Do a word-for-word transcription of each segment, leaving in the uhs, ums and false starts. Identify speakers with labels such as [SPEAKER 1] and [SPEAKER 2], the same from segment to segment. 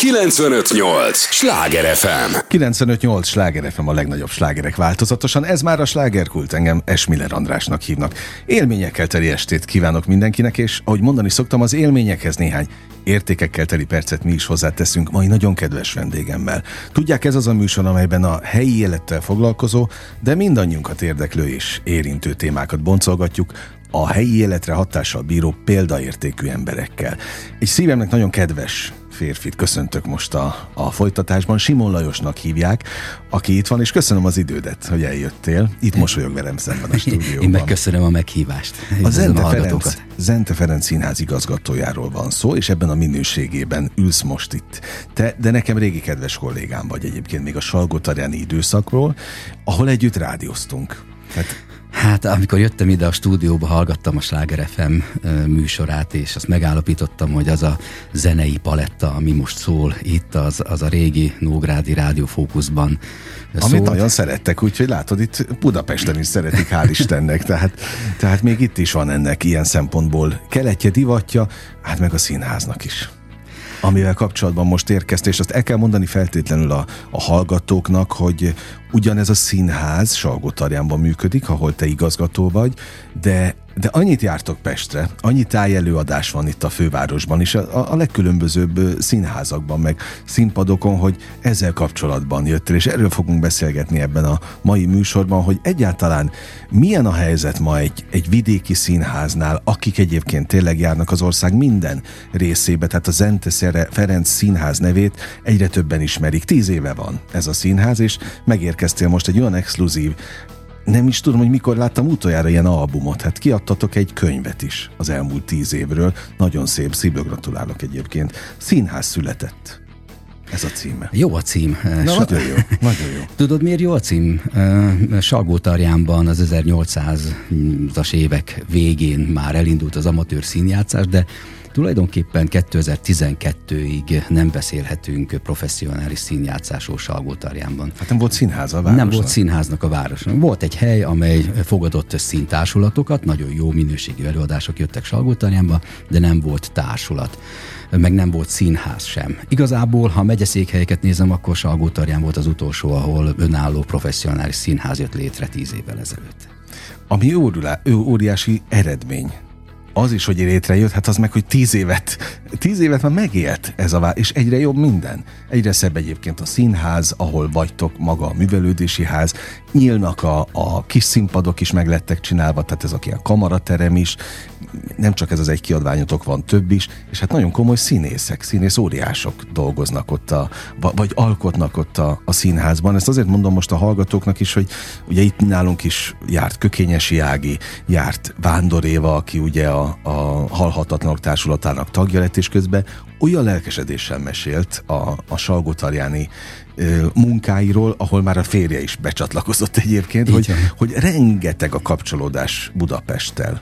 [SPEAKER 1] kilencvenöt nyolc Sláger ef em.
[SPEAKER 2] kilencvenöt nyolc Sláger ef em, a legnagyobb slágerek változatosan. Ez már a Slágerkult, engem Esmiller Andrásnak hívnak. Élményekkel teli estét kívánok mindenkinek, és ahogy mondani szoktam, az élményekhez néhány értékekkel teli percet mi is hozzáteszünk mai nagyon kedves vendégemmel. Tudják, ez az a műsor, amelyben a helyi élettel foglalkozó, de mindannyiunkat érdeklő és érintő témákat boncolgatjuk a helyi életre hatással bíró példaértékű emberekkel. Egy szívemnek nagyon kedves férfit köszöntök most a, a folytatásban. Simon Lajosnak hívják, aki itt van, és köszönöm az idődet, hogy eljöttél. Itt mosolyog velem szemben a stúdióban.
[SPEAKER 3] Én meg köszönöm a meghívást.
[SPEAKER 2] A Zente Ferenc, Zente Ferenc Színház igazgatójáról van szó, és ebben a minőségében ülsz most itt. Te, de nekem régi kedves kollégám vagy egyébként még a Salgótarjáni időszakról, ahol együtt rádióztunk. Tehát
[SPEAKER 3] Hát amikor jöttem ide a stúdióba, hallgattam a Sláger ef em műsorát, és azt megállapítottam, hogy az a zenei paletta, ami most szól itt, az, az a régi Nógrádi Rádió Fókuszban
[SPEAKER 2] Amit szólt. Nagyon szerettek, úgyhogy látod, itt Budapesten is szeretik, hál' Istennek, tehát, tehát még itt is van ennek ilyen szempontból keletje, divatja, hát meg a színháznak is, amivel kapcsolatban most érkeztél, és azt el kell mondani feltétlenül a, a hallgatóknak, hogy ugyanez a színház Salgótarjánban működik, ahol te igazgató vagy, de, de annyit jártok Pestre, annyi tájelőadás van itt a fővárosban is, a, a legkülönbözőbb színházakban, meg színpadokon, hogy ezzel kapcsolatban jöttél, és erről fogunk beszélgetni ebben a mai műsorban, hogy egyáltalán milyen a helyzet ma egy, egy vidéki színháznál, akik egyébként tényleg járnak az ország minden részébe, tehát a Zente Ferenc Színház nevét egyre többen ismerik. Tíz éve van ez a színház, és megérkeztél most egy olyan exkluzív, nem is tudom, hogy mikor láttam utoljára ilyen albumot, hát kiadtatok egy könyvet is az elmúlt tíz évről, nagyon szép, szívből gratulálok egyébként. Színház született. Ez a címe.
[SPEAKER 3] Jó a cím.
[SPEAKER 2] Na, Sa- nagyon jó, nagyon jó.
[SPEAKER 3] Tudod, miért jó a cím? Salgótarjánban az ezernyolcszázas évek végén már elindult az amatőr színjátszás, de tulajdonképpen kétezer-tizenkettőig nem beszélhetünk professzionális színjátszásról Salgótarjánban.
[SPEAKER 2] Hát nem volt színház a városnak?
[SPEAKER 3] Nem volt színháznak a városnak. Volt egy hely, amely fogadott színtársulatokat, nagyon jó minőségű előadások jöttek Salgótarjánba, de nem volt társulat, meg nem volt színház sem. Igazából, ha megyeszékhelyeket nézem, akkor Salgótarján volt az utolsó, ahol önálló professzionális színház jött létre tíz évvel ezelőtt.
[SPEAKER 2] Ami óriá, óriási eredmény. Az is, hogy létrejött, hát az meg, hogy tíz évet, tíz évet már megélt ez a vár, és egyre jobb minden. Egyre szebb egyébként a színház, ahol vagytok, maga a művelődési ház, nyílnak a, a kis színpadok is meg lettek csinálva, tehát ez a ilyen kamaraterem is, nem csak ez az egy kiadványotok, van több is, és hát nagyon komoly színészek, színész óriások dolgoznak ott, a, vagy alkotnak ott a, a színházban. Ezt azért mondom most a hallgatóknak is, hogy ugye itt nálunk is járt Kökényesi Ági, járt Vándor Éva, aki ugye a, a Halhatatlanok Társulatának tagja lett, és közben olyan lelkesedéssel mesélt a, a salgótarjáni ö, munkáiról, ahol már a férje is becsatlakozott egyébként, hogy, hogy rengeteg a kapcsolódás Budapesttel.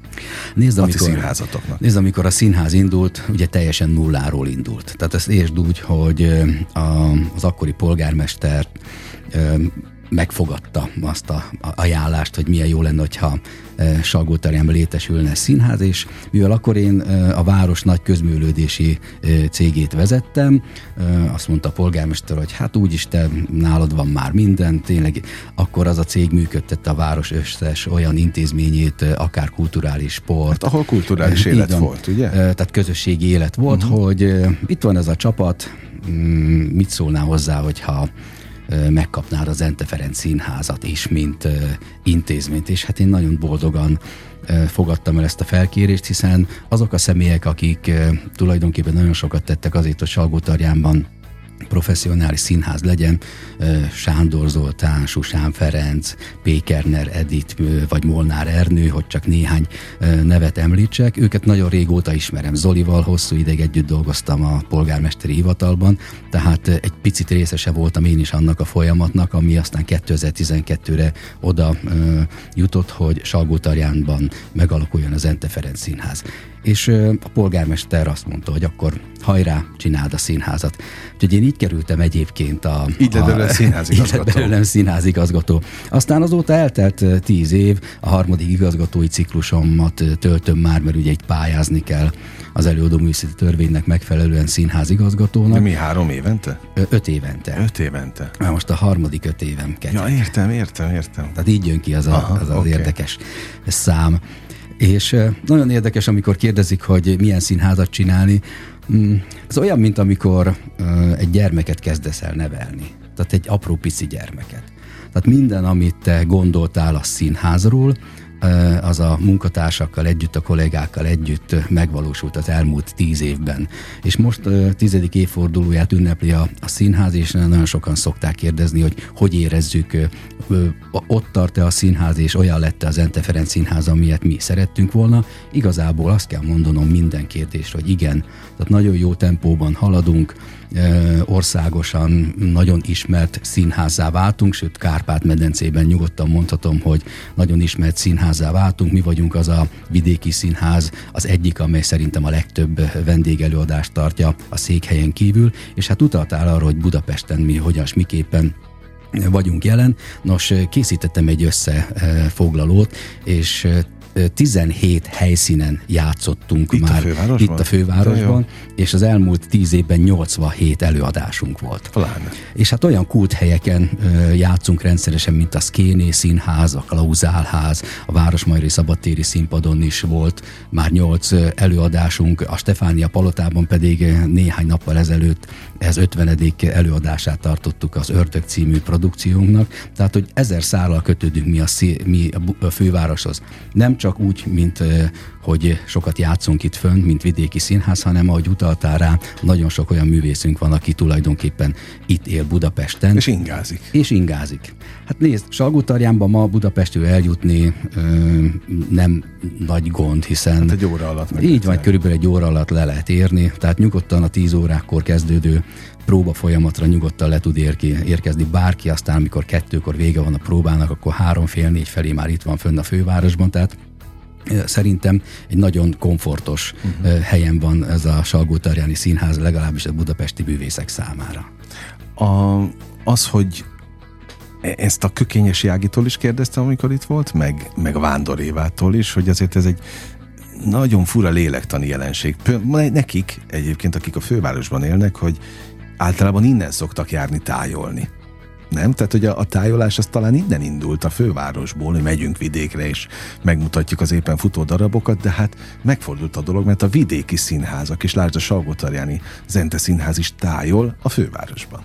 [SPEAKER 3] Nézd,
[SPEAKER 2] a
[SPEAKER 3] amikor,
[SPEAKER 2] színházatoknak.
[SPEAKER 3] Nézd, amikor a színház indult, ugye teljesen nulláról indult. Tehát ezt értsd úgy, hogy a, az akkori polgármester megfogadta azt a ajánlást, hogy milyen jó lenne, hogyha Salgótarjánban létesülne színház, és mivel akkor én a város nagy közművelődési cégét vezettem, azt mondta a polgármester, hogy hát úgyis te nálad van már minden, tényleg akkor az a cég működtette a város összes olyan intézményét, akár kulturális sport. Hát
[SPEAKER 2] ahol kulturális élet van, volt, ugye?
[SPEAKER 3] Tehát közösségi élet volt, uh-huh. hogy itt van ez a csapat, mit szólnál hozzá, hogyha megkapnád a Zente Ferenc Színházat is, mint uh, intézményt, és hát én nagyon boldogan uh, fogadtam el ezt a felkérést, hiszen azok a személyek, akik uh, tulajdonképpen nagyon sokat tettek azért, hogy Salgótarjánban professzionális színház legyen, Sándor Zoltán, Susán Ferenc, Pékerner Edith vagy Molnár Ernő, hogy csak néhány nevet említsek. Őket nagyon régóta ismerem. Zolival hosszú ideig együtt dolgoztam a polgármesteri hivatalban, tehát egy picit részese voltam én is annak a folyamatnak, ami aztán kétezer-tizenkettőre oda jutott, hogy Salgótarjánban megalakuljon a Zente Ferenc Színház. És a polgármester azt mondta, hogy akkor hajrá, csináld a színházat. Úgyhogy én így kerültem egyébként a...
[SPEAKER 2] Így lett belőlem színházigazgató.
[SPEAKER 3] Így lett belőlem színházigazgató. Aztán azóta eltelt tíz év, a harmadik igazgatói ciklusomat töltöm már, mert ugye így pályázni kell az előadóművészeti törvénynek megfelelően színházigazgatónak.
[SPEAKER 2] De mi, három évente?
[SPEAKER 3] Ö, öt évente.
[SPEAKER 2] Öt évente.
[SPEAKER 3] Már most a harmadik öt évem ketyeg.
[SPEAKER 2] Ja, értem, értem, értem.
[SPEAKER 3] Tehát így jön ki az a, Aha, az, az okay. érdekes szám. És nagyon érdekes, amikor kérdezik, hogy milyen színházat csinálni. Ez olyan, mint amikor egy gyermeket kezdesz el nevelni. Tehát egy apró pici gyermeket. Tehát minden, amit te gondoltál a színházról, az a munkatársakkal együtt, a kollégákkal együtt megvalósult az elmúlt tíz évben. És most tizedik évfordulóját ünnepli a, a színház, és nagyon sokan szokták kérdezni, hogy hogy érezzük, ott tart-e a színház, és olyan lett az Ente Ferenc Színház, amilyet mi szerettünk volna. Igazából azt kell mondanom minden kérdésre, hogy igen, tehát nagyon jó tempóban haladunk, országosan nagyon ismert színházzá váltunk, sőt Kárpát-medencében nyugodtan mondhatom, hogy nagyon ismert színházzá váltunk. Mi vagyunk az a vidéki színház, az egyik, amely szerintem a legtöbb vendégelőadást tartja a székhelyen kívül, és hát utaltál arra, hogy Budapesten mi hogyan, miképpen vagyunk jelen. Nos, készítettem egy összefoglalót, és tizenhét helyszínen játszottunk
[SPEAKER 2] itt
[SPEAKER 3] már
[SPEAKER 2] a
[SPEAKER 3] itt a fővárosban, és az elmúlt tíz évben nyolcvanhét előadásunk volt.
[SPEAKER 2] Pláne. És
[SPEAKER 3] hát olyan kulthelyeken ö, játszunk rendszeresen, mint a Szkéné Színház, a Klauzálház, a Városmajori Szabadtéri Színpadon is volt már nyolc előadásunk, a Stefánia Palotában pedig néhány nappal ezelőtt ez ötvenedik előadását tartottuk az Ördög című produkciónknak, tehát hogy ezer szállal kötődünk mi a, szí, mi a fővároshoz. Nem csak úgy, mint hogy sokat játszunk itt fönn, mint vidéki színház, hanem ahogy utaltál rá, nagyon sok olyan művészünk van, aki tulajdonképpen itt él Budapesten.
[SPEAKER 2] És ingázik.
[SPEAKER 3] És ingázik. Hát nézd, Salgótarjánban ma Budapestről eljutni ö, nem nagy gond, hiszen...
[SPEAKER 2] Hát egy óra alatt meg.
[SPEAKER 3] Így van, körülbelül egy óra alatt le lehet érni, tehát nyugodtan a tíz órákkor kezdődő próba folyamatra nyugodtan le tud érki, érkezni bárki, aztán amikor kettőkor vége van a próbának, akkor három fél négy felé már itt van fönn a fővárosban, tehát szerintem egy nagyon komfortos uh-huh. helyen van ez a Salgótarjáni Színház, legalábbis a budapesti művészek számára.
[SPEAKER 2] A, az, hogy ezt a Kökényes Jágitól is kérdeztem, amikor itt volt, meg, meg Vándor Évától is, hogy azért ez egy nagyon fura lélektani jelenség. Nekik egyébként, akik a fővárosban élnek, hogy általában innen szoktak járni tájolni. Nem? Tehát, hogy a, a tájolás az talán innen indult a fővárosból, hogy megyünk vidékre és megmutatjuk az éppen futó darabokat, de hát megfordult a dolog, mert a vidéki színházak, és lásd a Salgótarjáni Zente Színház is tájol a fővárosban.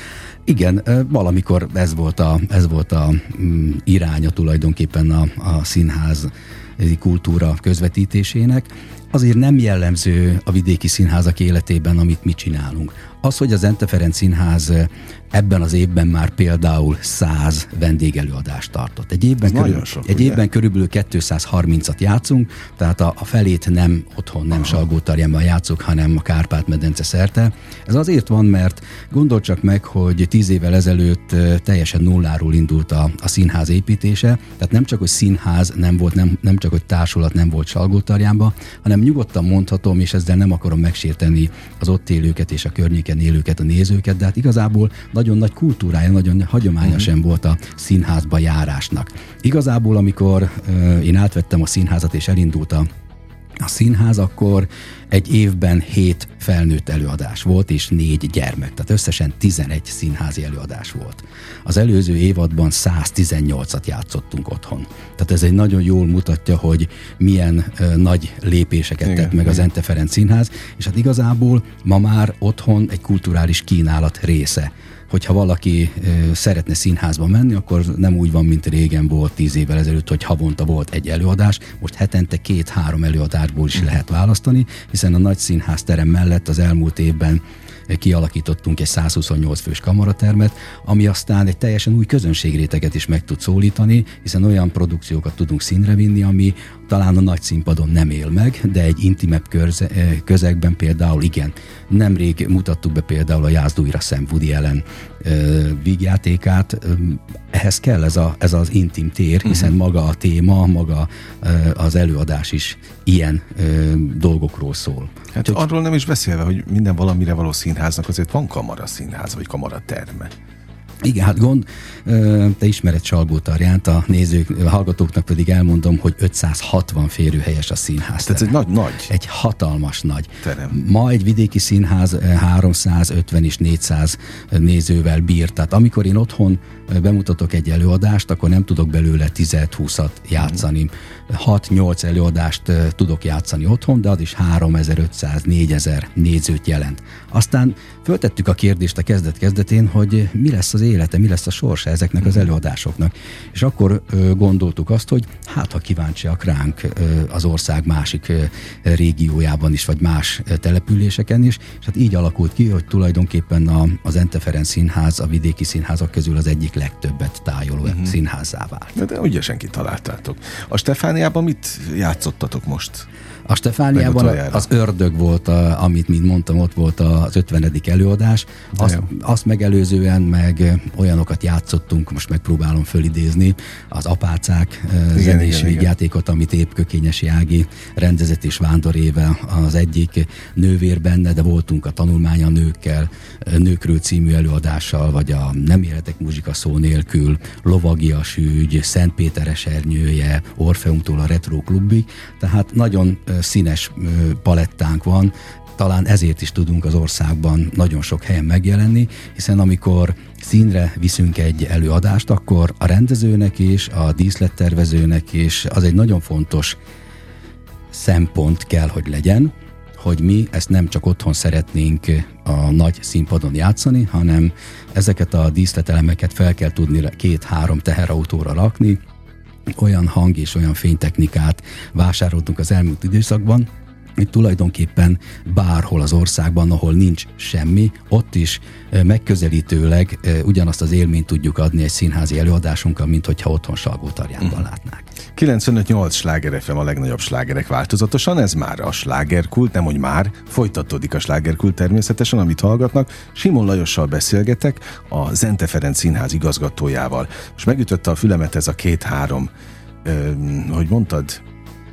[SPEAKER 3] Igen, valamikor ez volt a, ez volt a mm, iránya tulajdonképpen a, a színház kultúra közvetítésének. Azért nem jellemző a vidéki színházak életében, amit mi csinálunk. Az, hogy az Ente Ferenc Színház ebben az évben már például száz vendégelőadást tartott. Egy évben, körül, sok, egy évben körülbelül kétszázharmincat játszunk, tehát a, a felét nem otthon, nem Salgótarjánban játszunk, hanem a Kárpát-medence szerte. Ez azért van, mert gondold csak meg, hogy tíz évvel ezelőtt teljesen nulláról indult a, a színház építése, tehát nem csak, hogy színház nem volt, nem, nem csak, hogy társulat nem volt Salgótarjánban, hanem nyugodtan mondhatom, és ezzel nem akarom megsérteni az ott élőket és a környéken élőket, a nézőket, de hát igazából nagyon nagy kultúrája, nagyon hagyományosan uh-huh. volt a színházba járásnak. Igazából, amikor uh, én átvettem a színházat és elindult a, a színház, akkor egy évben hét felnőtt előadás volt, és négy gyermek, tehát összesen tizenegy színházi előadás volt. Az előző évadban száztizennyolcat játszottunk otthon. Tehát ez egy nagyon jól mutatja, hogy milyen uh, nagy lépéseket igen, tett meg igen. az Ente Ferenc Színház, és hát igazából ma már otthon egy kulturális kínálat része. Hogyha valaki ö, szeretne színházba menni, akkor nem úgy van, mint régen volt tíz évvel ezelőtt, hogy havonta volt egy előadás, most hetente két-három előadásból is lehet választani, hiszen a nagy színházterem mellett az elmúlt évben kialakítottunk egy százhuszonnyolc fős kamaratermet, ami aztán egy teljesen új közönségréteget is meg tud szólítani, hiszen olyan produkciókat tudunk színre vinni, ami talán a nagy színpadon nem él meg, de egy intimebb közegben például igen. Nemrég mutattuk be például a Jázd újra szem Woody Allen vígjátékát, ehhez kell ez, a, ez az intim tér, hiszen uh-huh. maga a téma, maga az előadás is ilyen dolgokról szól.
[SPEAKER 2] Hát Úgy, arról nem is beszélve, hogy minden valamire való színháznak azért van kamaraszínház, vagy kamaraterme.
[SPEAKER 3] Igen, hát gond, te ismered Salgótarjánt, a nézők, a hallgatóknak pedig elmondom, hogy ötszázhatvan férőhelyes a színház.
[SPEAKER 2] Tehát egy nagy, nagy.
[SPEAKER 3] Egy hatalmas nagy.
[SPEAKER 2] Terem.
[SPEAKER 3] Ma egy vidéki színház háromszázötven és négyszáz nézővel bír. Tehát amikor én otthon bemutatok egy előadást, akkor nem tudok belőle tíz-húszat játszani. hat-nyolc előadást tudok játszani otthon, de az is háromezer-ötszáz-négyezer nézőt jelent. Aztán föltettük a kérdést a kezdet-kezdetén, hogy mi lesz az élete, mi lesz a sorsa ezeknek az előadásoknak. És akkor gondoltuk azt, hogy hát ha kíváncsiak ránk az ország másik régiójában is, vagy más településeken is, és hát így alakult ki, hogy tulajdonképpen a, az Ente Ferenc Színház a vidéki színházak közül az egyik legtöbbet tájoló uh-huh. színházzá vált.
[SPEAKER 2] De, de ügyesen kitaláltátok. A Stefániában mit játszottatok most?
[SPEAKER 3] A Stefániában az Ördög volt, a, amit, mint mondtam, ott volt az ötvenedik előadás. Azt, azt megelőzően meg olyanokat játszottunk, most megpróbálom fölidézni, az Apácák igen, zenés igen, vígjátékot, igen. amit épp Kökényesi Ági rendezett és Vándor Éve az egyik nővér benne, de voltunk a Tanulmány a nőkkel, Nőkről című előadással, vagy a Nem élhetek muzsika szó nélkül, Lovagias ügy, Szentpéteresernyője, Orfeumtól a Retro Klubig, tehát nagyon színes palettánk van, talán ezért is tudunk az országban nagyon sok helyen megjelenni, hiszen amikor színre viszünk egy előadást, akkor a rendezőnek is, a díszlettervezőnek is az egy nagyon fontos szempont kell, hogy legyen, hogy mi ezt nem csak otthon szeretnénk a nagy színpadon játszani, hanem ezeket a díszletelemeket fel kell tudni két-három teherautóra rakni, olyan hang és olyan fénytechnikát vásároltunk az elmúlt időszakban, hogy tulajdonképpen bárhol az országban, ahol nincs semmi, ott is megközelítőleg ugyanazt az élményt tudjuk adni egy színházi előadásunkkal, mint hogyha otthon Salgótarjánban uh-huh. látnák.
[SPEAKER 2] kilencvenöt nyolc Sláger ef em a legnagyobb slágerek változatosan, ez már a slágerkult, nem hogy már, folytatódik a slágerkult természetesen, amit hallgatnak. Simon Lajossal beszélgetek, a Ente Ferenc Színház igazgatójával. Most megütötte a fülemet ez a két-három, öm, hogy mondtad,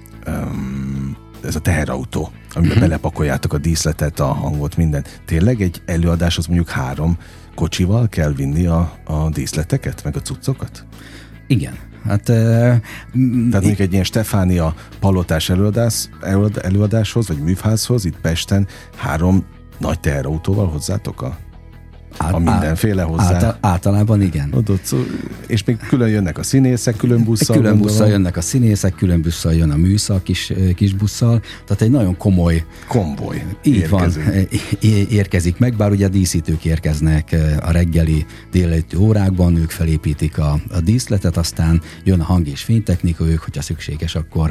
[SPEAKER 2] öm, ez a teherautó, amiben uh-huh. belepakoljátok a díszletet, a hangot, mindent. Tényleg egy előadáshoz mondjuk három kocsival kell vinni a, a díszleteket, meg a cuccokat?
[SPEAKER 3] Igen. Hát, uh,
[SPEAKER 2] Tehát mondjuk egy ilyen Stefánia palotás előadás, előadáshoz, vagy műfázhoz, itt Pesten három nagy teherautóval hozzátok a Át, a mindenféle hozzá.
[SPEAKER 3] Által, általában igen.
[SPEAKER 2] Adott, és még külön jönnek a színészek, külön busszal.
[SPEAKER 3] Külön busszal jönnek a színészek, külön busszal jön a műszak kis, kis busszal. Tehát egy nagyon komoly
[SPEAKER 2] konvoj
[SPEAKER 3] így érkezik. van, érkezik meg, bár ugye a díszítők érkeznek a reggeli délelőtti órákban, ők felépítik a, a díszletet, aztán jön a hang- és fénytechnika, ők, hogyha szükséges, akkor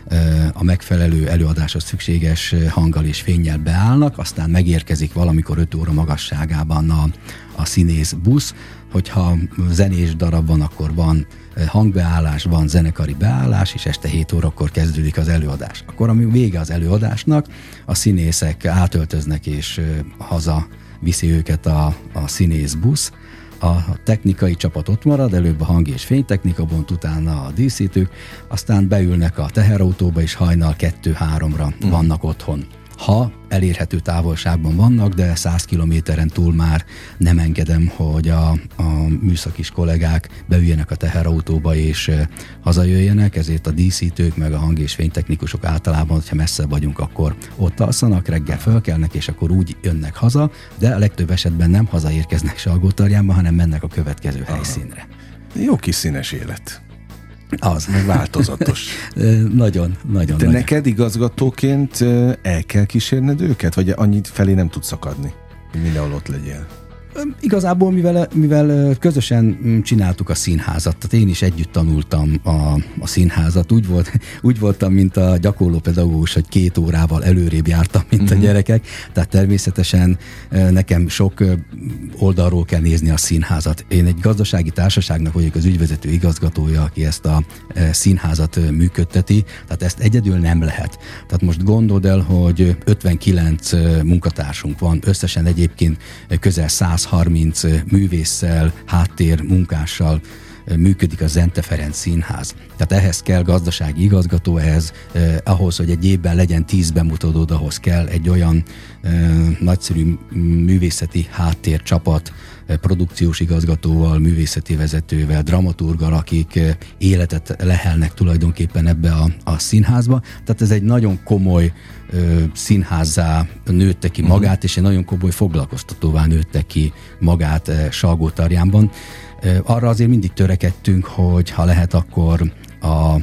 [SPEAKER 3] a megfelelő előadáshoz szükséges hanggal és fénnyel beállnak, aztán megérkezik valamikor öt óra magasságában a, a színész busz, hogyha zenés darab van, akkor van hangbeállás, van zenekari beállás, és este hét órakor kezdődik az előadás. Akkor, ami vége az előadásnak, a színészek átöltöznek, és haza viszi őket a, a színész busz. A technikai csapat ott marad, előbb a hang- és fénytechnika bont, utána a díszítők, aztán beülnek a teherautóba, és hajnal kettő-háromra mm. vannak otthon. Ha elérhető távolságban vannak, de száz kilométeren túl már nem engedem, hogy a, a műszakis kollégák beüljenek a teherautóba és e, hazajöjjenek, ezért a díszítők meg a hang- és fénytechnikusok általában, hogyha messze vagyunk, akkor ott alszanak, reggel fölkelnek, és akkor úgy jönnek haza, de a legtöbb esetben nem hazaérkeznek Salgótarjánba, hanem mennek a következő Aha. helyszínre.
[SPEAKER 2] Jó kis színes élet.
[SPEAKER 3] Az.
[SPEAKER 2] Meg változatos.
[SPEAKER 3] Nagyon, nagyon.
[SPEAKER 2] De
[SPEAKER 3] nagyon.
[SPEAKER 2] neked igazgatóként el kell kísérned őket, vagy annyit felé nem tudsz akadni, hogy mindenhol ott legyél?
[SPEAKER 3] Igazából, mivel, mivel közösen csináltuk a színházat, tehát én is együtt tanultam a, a színházat, úgy, volt, úgy voltam, mint a gyakorló pedagógus, hogy két órával előrébb jártam, mint uh-huh. a gyerekek, tehát természetesen nekem sok oldalról kell nézni a színházat. Én egy gazdasági társaságnak vagyok az ügyvezető igazgatója, aki ezt a színházat működteti, tehát ezt egyedül nem lehet. Tehát most gondold el, hogy ötvenkilenc munkatársunk van, összesen egyébként közel száz húsz-harminc művésszel, háttér munkással működik a Zente Ferenc Színház. Tehát ehhez kell gazdasági igazgató, ehhez eh, ahhoz, hogy egy évben legyen tíz bemutatód, ahhoz kell egy olyan eh, nagyszerű művészeti háttércsapat, eh, produkciós igazgatóval, művészeti vezetővel, dramaturgal, akik eh, életet lehelnek tulajdonképpen ebbe a, a színházba. Tehát ez egy nagyon komoly eh, színházzá nőtte ki magát, uh-huh. és egy nagyon komoly foglalkoztatóvá nőtte ki magát eh, Salgótarjánban. Arra azért mindig törekedtünk, hogy ha lehet, akkor a, a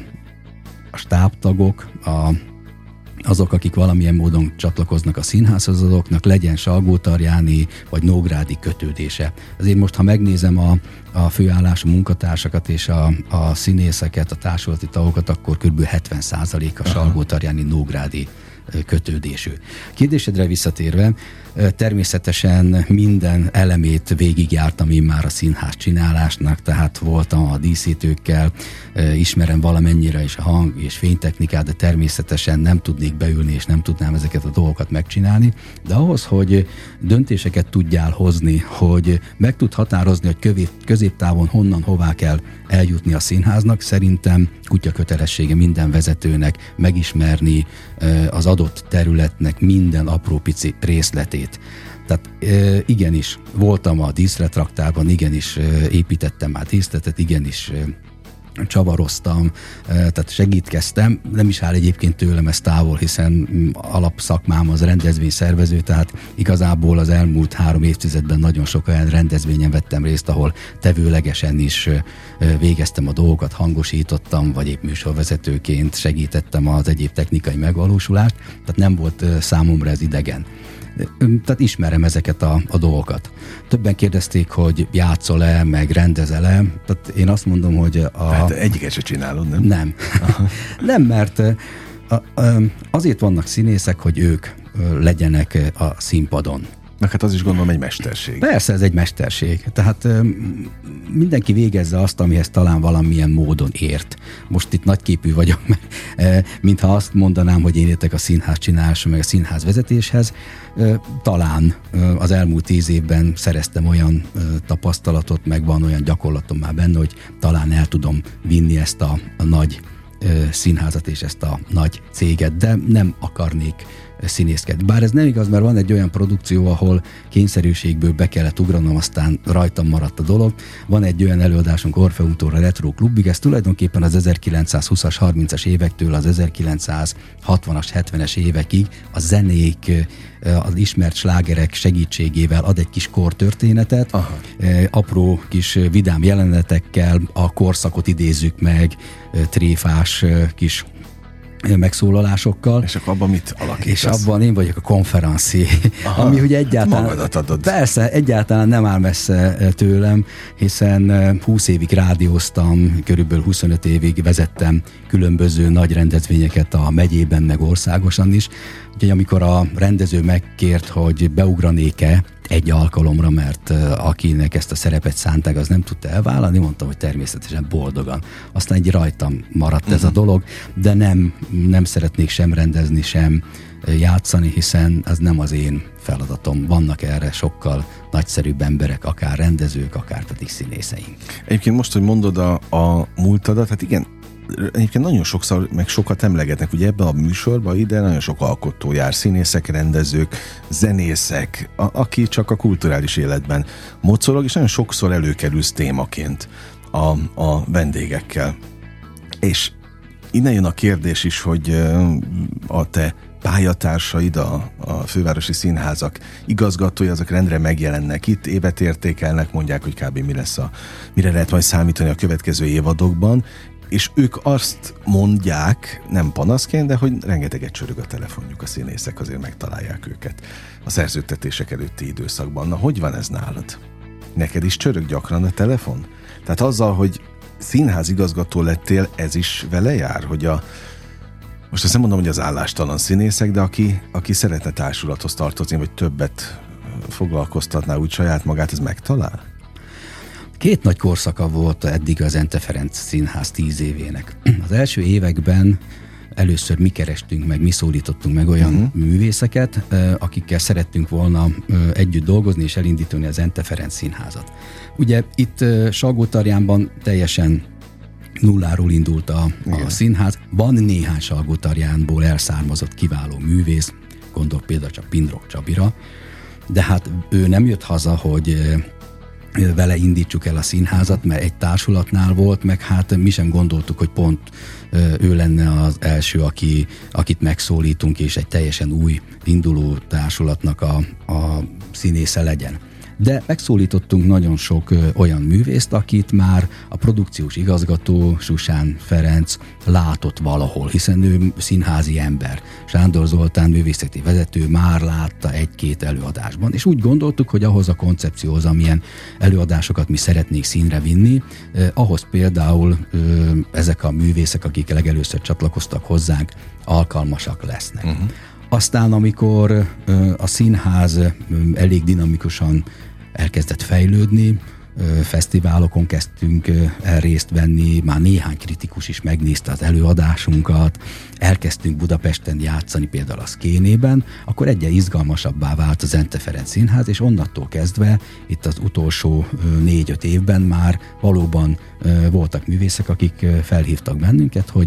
[SPEAKER 3] stábtagok, a, azok, akik valamilyen módon csatlakoznak a színházhoz, azoknak legyen salgótarjáni vagy nógrádi kötődése. Azért most, ha megnézem a, a főállású munkatársakat és a, a színészeket, a társulati tagokat, akkor kb. hetven százalék a salgótarjáni nógrádi kötődésű. Kérdésedre visszatérve, természetesen minden elemét végigjártam én már a színház csinálásnak, tehát voltam a díszítőkkel, ismerem valamennyire is a hang- és fénytechnikát, de természetesen nem tudnék beülni, és nem tudnám ezeket a dolgokat megcsinálni, de ahhoz, hogy döntéseket tudjál hozni, hogy meg tud határozni, hogy középtávon honnan, hová kell eljutni a színháznak, szerintem kutya kötelessége minden vezetőnek megismerni az adott területnek minden apró pici részletét. Tehát igenis, voltam a díszletraktárban, igenis építettem már díszletet, igenis csavaroztam, tehát segítkeztem, nem is áll egyébként tőlem ez távol, hiszen alapszakmám az rendezvényszervező, tehát igazából az elmúlt három évtizedben nagyon sok olyan rendezvényen vettem részt, ahol tevőlegesen is végeztem a dolgokat, hangosítottam, vagy épp műsorvezetőként segítettem az egyéb technikai megvalósulást, tehát nem volt számomra ez idegen. Tehát ismerem ezeket a, a dolgokat. Többen kérdezték, hogy játszol-e, meg rendezel-e. Tehát én azt mondom, hogy a...
[SPEAKER 2] Hát egyiket se csinálod, nem?
[SPEAKER 3] Nem. Nem, mert a, a, azért vannak színészek, hogy ők legyenek a színpadon.
[SPEAKER 2] Meg hát az is gondolom egy mesterség.
[SPEAKER 3] Persze, ez egy mesterség. Tehát mindenki végezze azt, amihez talán valamilyen módon ért. Most itt nagyképű vagyok, mintha azt mondanám, hogy én értek a színház csinálásra, meg a színház vezetéshez. Talán az elmúlt tíz évben szereztem olyan tapasztalatot, meg van olyan gyakorlatom már benne, hogy talán el tudom vinni ezt a, a nagy színházat és ezt a nagy céget, de nem akarnék színészkedni. Bár ez nem igaz, mert van egy olyan produkció, ahol kényszerűségből be kellett ugranom, aztán rajtam maradt a dolog. Van egy olyan előadásunk, Orfeumtól a Retro Klubig, ez tulajdonképpen az ezerkilencszázhúszas, harmincas évektől az ezerkilencszázhatvanas, hetvenes évekig a zenék, az ismert slágerek segítségével ad egy kis kortörténetet, aha. Apró kis vidám jelenetekkel a korszakot idézzük meg, tréfás kis megszólalásokkal.
[SPEAKER 2] És akkor abban mit alakítasz?
[SPEAKER 3] És abban én vagyok a konferencié, ami ugye egyáltalán...
[SPEAKER 2] Magadat adod.
[SPEAKER 3] Persze, egyáltalán nem áll messze tőlem, hiszen húsz évig rádióztam, körülbelül huszonöt évig vezettem különböző nagy rendezvényeket a megyében, meg országosan is. Úgyhogy amikor a rendező megkért, hogy beugranék-e egy alkalomra, mert akinek ezt a szerepet szánták, az nem tudta elvállalni, mondtam, hogy természetesen boldogan. Aztán egy rajtam maradt uh-huh. ez a dolog, de nem, nem szeretnék sem rendezni, sem játszani, hiszen ez nem az én feladatom. Vannak erre sokkal nagyszerűbb emberek, akár rendezők, akár pedig színészeink.
[SPEAKER 2] Egyébként most, hogy mondod a, a múltadat, hát igen, egyébként nagyon sokszor, meg sokat emlegetnek, ugye ebben a műsorban ide nagyon sok alkotó jár, színészek, rendezők, zenészek, a, aki csak a kulturális életben mocorog, és nagyon sokszor előkerülsz témaként a, a vendégekkel. És innen jön a kérdés is, hogy a te pályatársaid, a, a fővárosi színházak igazgatói, azok rendre megjelennek itt, évet értékelnek, mondják, hogy kb. Mi lesz a, mire lehet majd számítani a következő évadokban, és ők azt mondják, nem panaszként, de hogy rengeteget csörög a telefonjuk, a színészek azért megtalálják őket a szerződtetések előtti időszakban. Na, hogy van ez nálad? Neked is csörög gyakran a telefon? Tehát azzal, hogy színházigazgató lettél, ez is vele jár, hogy a most azt nem mondom, hogy az állástalan színészek, de aki, aki szeretne társulathoz tartozni, vagy többet foglalkoztatná úgy saját magát, ez megtalál?
[SPEAKER 3] Két nagy korszaka volt eddig az Zente Ferenc Színház tíz évének. Az első években először mi kerestünk meg, mi szólítottunk meg olyan uh-huh. művészeket, akikkel szerettünk volna együtt dolgozni és elindítani az Ente Ferenc Színházat. Ugye itt Salgótarjánban teljesen nulláról indult a, a színház. Van néhány Salgótarjánból elszármazott kiváló művész, gondolok például csak Pindrok Csabira, de hát ő nem jött haza, hogy vele indítsuk el a színházat, mert egy társulatnál volt, meg hát mi sem gondoltuk, hogy pont ő lenne az első, aki, akit megszólítunk, és egy teljesen új induló társulatnak a, a színésze legyen. De megszólítottunk nagyon sok ö, olyan művészt, akit már a produkciós igazgató Susán Ferenc látott valahol, hiszen ő színházi ember. Sándor Zoltán művészeti vezető már látta egy-két előadásban, és úgy gondoltuk, hogy ahhoz a koncepcióhoz, amilyen előadásokat mi szeretnénk színre vinni, eh, ahhoz például eh, ezek a művészek, akik legelőször csatlakoztak hozzánk, alkalmasak lesznek. Uh-huh. Aztán, amikor a színház elég dinamikusan elkezdett fejlődni, fesztiválokon kezdtünk el részt venni, már néhány kritikus is megnézte az előadásunkat, elkezdtünk Budapesten játszani például a Szkénében, akkor egyre izgalmasabbá vált az Ente Ferenc Színház, és onnantól kezdve itt az utolsó négy-öt évben már valóban voltak művészek, akik felhívtak bennünket, hogy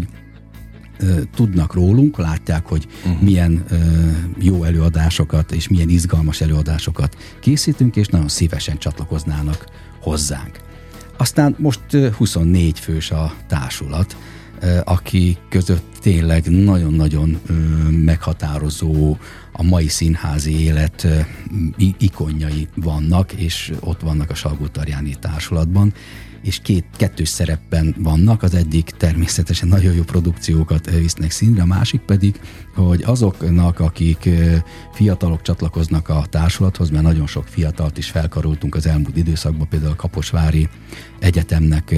[SPEAKER 3] tudnak rólunk, látják, hogy uh-huh. milyen uh, jó előadásokat és milyen izgalmas előadásokat készítünk, és nagyon szívesen csatlakoznának hozzánk. Aztán most uh, huszonnégy fős a társulat, uh, aki között tényleg nagyon-nagyon uh, meghatározó a mai színházi élet uh, ikonjai vannak, és ott vannak a Salgótarjáni társulatban, és két, kettős szerepben vannak, az egyik természetesen nagyon jó produkciókat visznek színre, a másik pedig, hogy azoknak, akik fiatalok csatlakoznak a társulathoz, mert nagyon sok fiatalt is felkaroltunk az elmúlt időszakban, például a Kaposvári Egyetemnek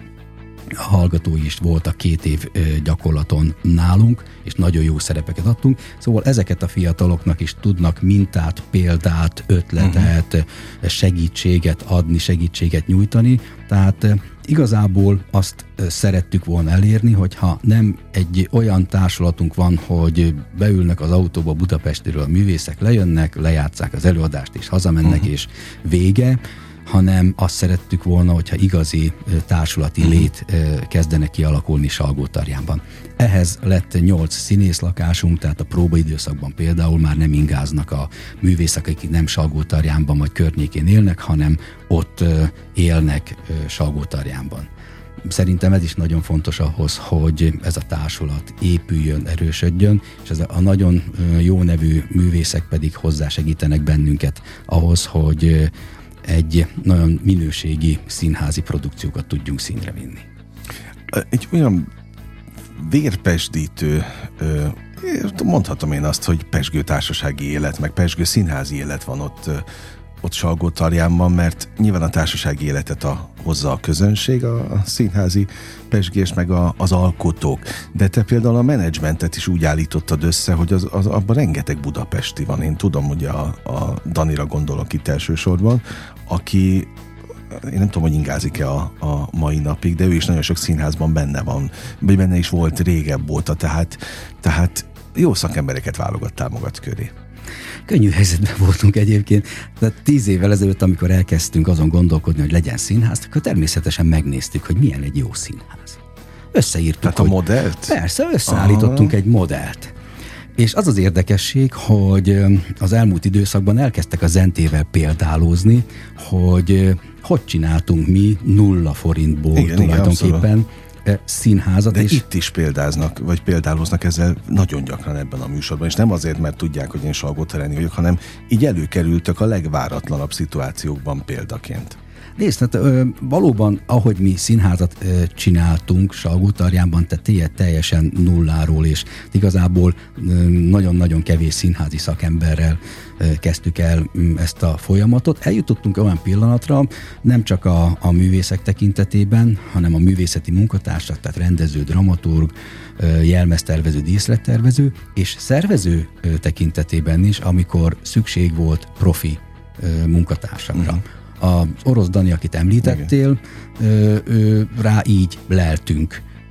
[SPEAKER 3] hallgatói is voltak két év gyakorlaton nálunk, és nagyon jó szerepeket adtunk. Szóval ezeket a fiataloknak is tudnak mintát, példát, ötletet, uh-huh. segítséget adni, segítséget nyújtani. Tehát igazából azt szerettük volna elérni, hogyha nem egy olyan társulatunk van, hogy beülnek az autóba Budapestiről a művészek, lejönnek, lejátszák az előadást, és hazamennek, uh-huh. és vége, hanem azt szerettük volna, hogyha igazi társulati lét kezdene kialakulni Salgótarjánban. Ehhez lett nyolc színészlakásunk, tehát a próbaidőszakban például már nem ingáznak a művészek, akik nem Salgótarjánban vagy környékén élnek, hanem ott élnek Salgótarjánban. Szerintem ez is nagyon fontos ahhoz, hogy ez a társulat épüljön, erősödjön, és ez a nagyon jó nevű művészek pedig hozzásegítenek bennünket ahhoz, hogy egy nagyon minőségi színházi produkciókat tudjunk színre vinni.
[SPEAKER 2] Egy olyan vérpesdítő, mondhatom én azt, hogy pezsgő társasági élet, meg pezsgő színházi élet van ott, ott Salgótarjánban, mert nyilván a társasági életet a, hozza a közönség, a, a színházi pezsgés, meg a, az alkotók. De te például a menedzsmentet is úgy állítottad össze, hogy az, az, abban rengeteg budapesti van. Én tudom, ugye a, a Danira gondolok itt elsősorban, aki, én nem tudom, hogy ingázik-e a, a mai napig, de ő is nagyon sok színházban benne van, vagy benne is volt régebb óta, tehát, tehát jó szakembereket válogattál magad köré.
[SPEAKER 3] Könnyű helyzetben voltunk egyébként. Tehát tíz évvel ezelőtt, amikor elkezdtünk azon gondolkodni, hogy legyen színház, akkor természetesen megnéztük, hogy milyen egy jó színház. Összeírtuk.
[SPEAKER 2] Tehát
[SPEAKER 3] hogy
[SPEAKER 2] a modellt?
[SPEAKER 3] Persze, összeállítottunk Aha. egy modellt. És az az érdekesség, hogy az elmúlt időszakban elkezdtek a Zentével példálózni, hogy hogy csináltunk mi nulla forintból igen, tulajdonképpen igen, színházat.
[SPEAKER 2] De
[SPEAKER 3] és
[SPEAKER 2] itt is példáznak, vagy példáloznak ezzel nagyon gyakran ebben a műsorban, és nem azért, mert tudják, hogy én Salgótarjáni vagyok, hanem így előkerültek a legváratlanabb szituációkban példaként.
[SPEAKER 3] Nézd, hát ö, valóban, ahogy mi színházat ö, csináltunk Salgótarjánban, tehát teljesen nulláról, és igazából ö, nagyon-nagyon kevés színházi szakemberrel ö, kezdtük el ö, ezt a folyamatot. Eljutottunk olyan pillanatra, nem csak a, a művészek tekintetében, hanem a művészeti munkatársak, tehát rendező, dramaturg, ö, jelmeztervező, díszlettervező, és szervező ö, tekintetében is, amikor szükség volt profi ö, munkatársakra. Uh-huh. Az Orosz Dani, akit említettél, ő, ő, rá így leltünk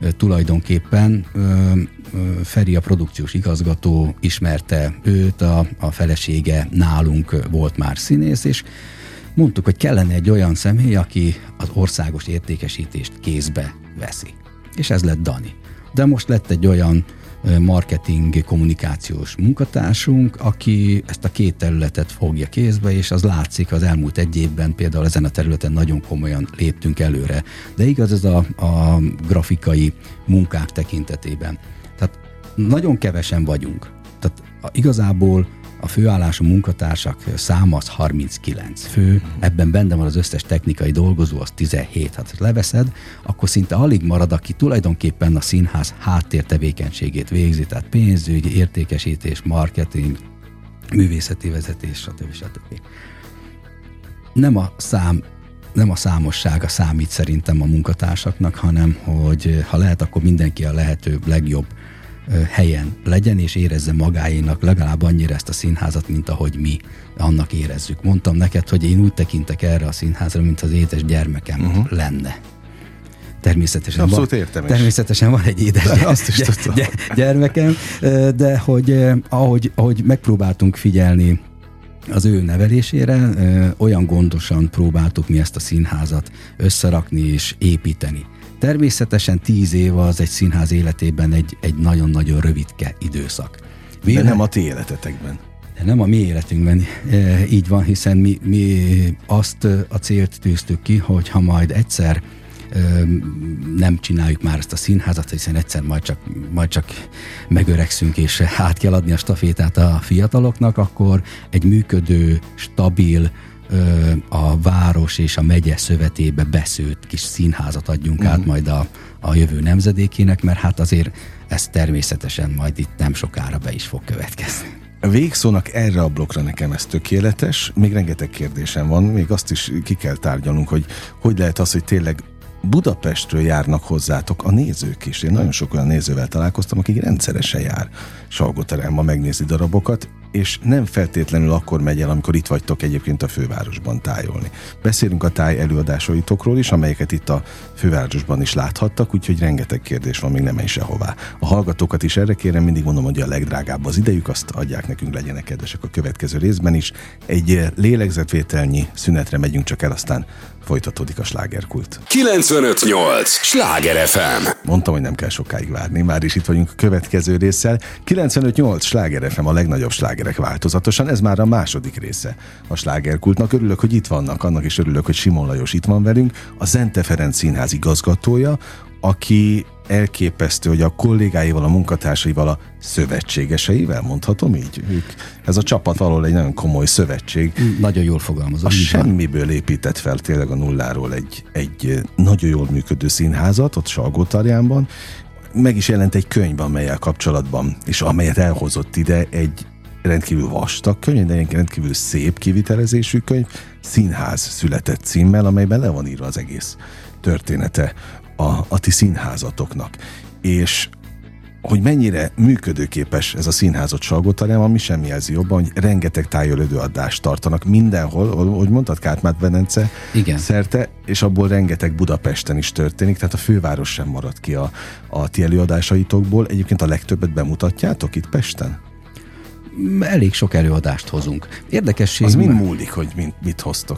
[SPEAKER 3] tulajdonképpen Feri, a produkciós igazgató ismerte őt, a, a felesége nálunk volt már színész, és mondtuk, hogy kellene egy olyan személy, aki az országos értékesítést kézbe veszi. És ez lett Dani. De most lett egy olyan marketing kommunikációs munkatársunk, aki ezt a két területet fogja kézbe, és az látszik, az elmúlt egy évben például ezen a területen nagyon komolyan léptünk előre. De igaz ez a, a grafikai munkák tekintetében. Tehát nagyon kevesen vagyunk. Tehát igazából a főállású munkatársak száma az harminckilenc fő, ebben benne van az összes technikai dolgozó, az tizenhét. Hát leveszed, akkor szinte alig marad, aki tulajdonképpen a színház háttértevékenységét végzi, tehát pénzügy, értékesítés, marketing, művészeti vezetés, stb. stb. Nem a szám, nem a számossága számít szerintem a munkatársaknak, hanem hogy ha lehet, akkor mindenki a lehető legjobb helyen legyen, és érezze magáénak legalább annyira ezt a színházat, mint ahogy mi annak érezzük. Mondtam neked, hogy én úgy tekintek erre a színházra, mint az édes gyermekem uh-huh. lenne. Természetesen
[SPEAKER 2] Abszolút
[SPEAKER 3] van,
[SPEAKER 2] értem is.
[SPEAKER 3] Természetesen van egy édes gyere,
[SPEAKER 2] azt is
[SPEAKER 3] gy- gy- gyermekem, de hogy ahogy, ahogy megpróbáltunk figyelni az ő nevelésére, olyan gondosan próbáltuk mi ezt a színházat összerakni és építeni. Természetesen tíz év az egy színház életében egy, egy nagyon-nagyon rövidke időszak.
[SPEAKER 2] Véle... De nem a ti életetekben.
[SPEAKER 3] De nem a mi életünkben e, így van, hiszen mi, mi azt a célt tűztük ki, hogy ha majd egyszer e, nem csináljuk már ezt a színházat, hiszen egyszer majd csak, majd csak megöregszünk, és át kell adni a stafétát a fiataloknak, akkor egy működő, stabil, a város és a megye szövetébe beszőtt kis színházat adjunk uh-huh. át majd a, a jövő nemzedékének, mert hát azért ez természetesen majd itt nem sokára be is fog következni.
[SPEAKER 2] A végszónak erre a blokkra nekem ez tökéletes, még rengeteg kérdésem van, még azt is ki kell tárgyalnunk, hogy hogy lehet az, hogy tényleg Budapestről járnak hozzátok a nézők is. Én nagyon sok olyan nézővel találkoztam, akik rendszeresen jár Salgóteremben megnézni darabokat, és nem feltétlenül akkor megy el, amikor itt vagytok egyébként a fővárosban tájolni. Beszélünk a táj előadásaitokról is, amelyeket itt a fővárosban is láthattak, úgyhogy rengeteg kérdés van, még nem menj sehová. A hallgatókat is erre kérem, mindig mondom, hogy a legdrágább az idejük, azt adják nekünk, legyenek kedvesek a következő részben is. Egy lélegzetvételnyi szünetre megyünk csak el, aztán folytatódik a slágerkult.
[SPEAKER 1] kilencvenöt nyolc Sláger ef em.
[SPEAKER 2] Mondtam, hogy nem kell sokáig várni, már is itt vagyunk a következő résszel. kilencvenöt nyolc Sláger ef em, a legnagyobb slágerek változatosan, ez már a második része a slágerkultnak. Örülök, hogy itt vannak, annak is örülök, hogy Simon Lajos itt van velünk, a Zente Ferenc Színház igazgatója, aki elképesztő, hogy a kollégáival, a munkatársaival, a szövetségeseivel, mondhatom így? Ők, ez a csapat valahol egy nagyon komoly szövetség.
[SPEAKER 3] Nagyon jól fogalmazom.
[SPEAKER 2] A semmiből épített fel tényleg a nulláról egy, egy nagyon jól működő színházat, ott Salgótarjánban. Meg is jelent egy könyv, amellyel kapcsolatban, és amelyet elhozott ide, egy rendkívül vastag könyv, de rendkívül szép kivitelezésű könyv, Színház született címmel, amelyben le van írva az egész története a, a ti színházatoknak. És hogy mennyire működőképes ez a színházat Salgótarjánban, mi sem jelzi jobban, hogy rengeteg tájolődőadást tartanak mindenhol, hogy mondtad, Kárpát-medence szerte, és abból rengeteg Budapesten is történik, tehát a főváros sem marad ki a, a ti előadásaitokból. Egyébként a legtöbbet bemutatjátok itt Pesten?
[SPEAKER 3] Elég sok előadást hozunk. Érdekesség...
[SPEAKER 2] Az mind múlik, hogy mit, mit hoztok?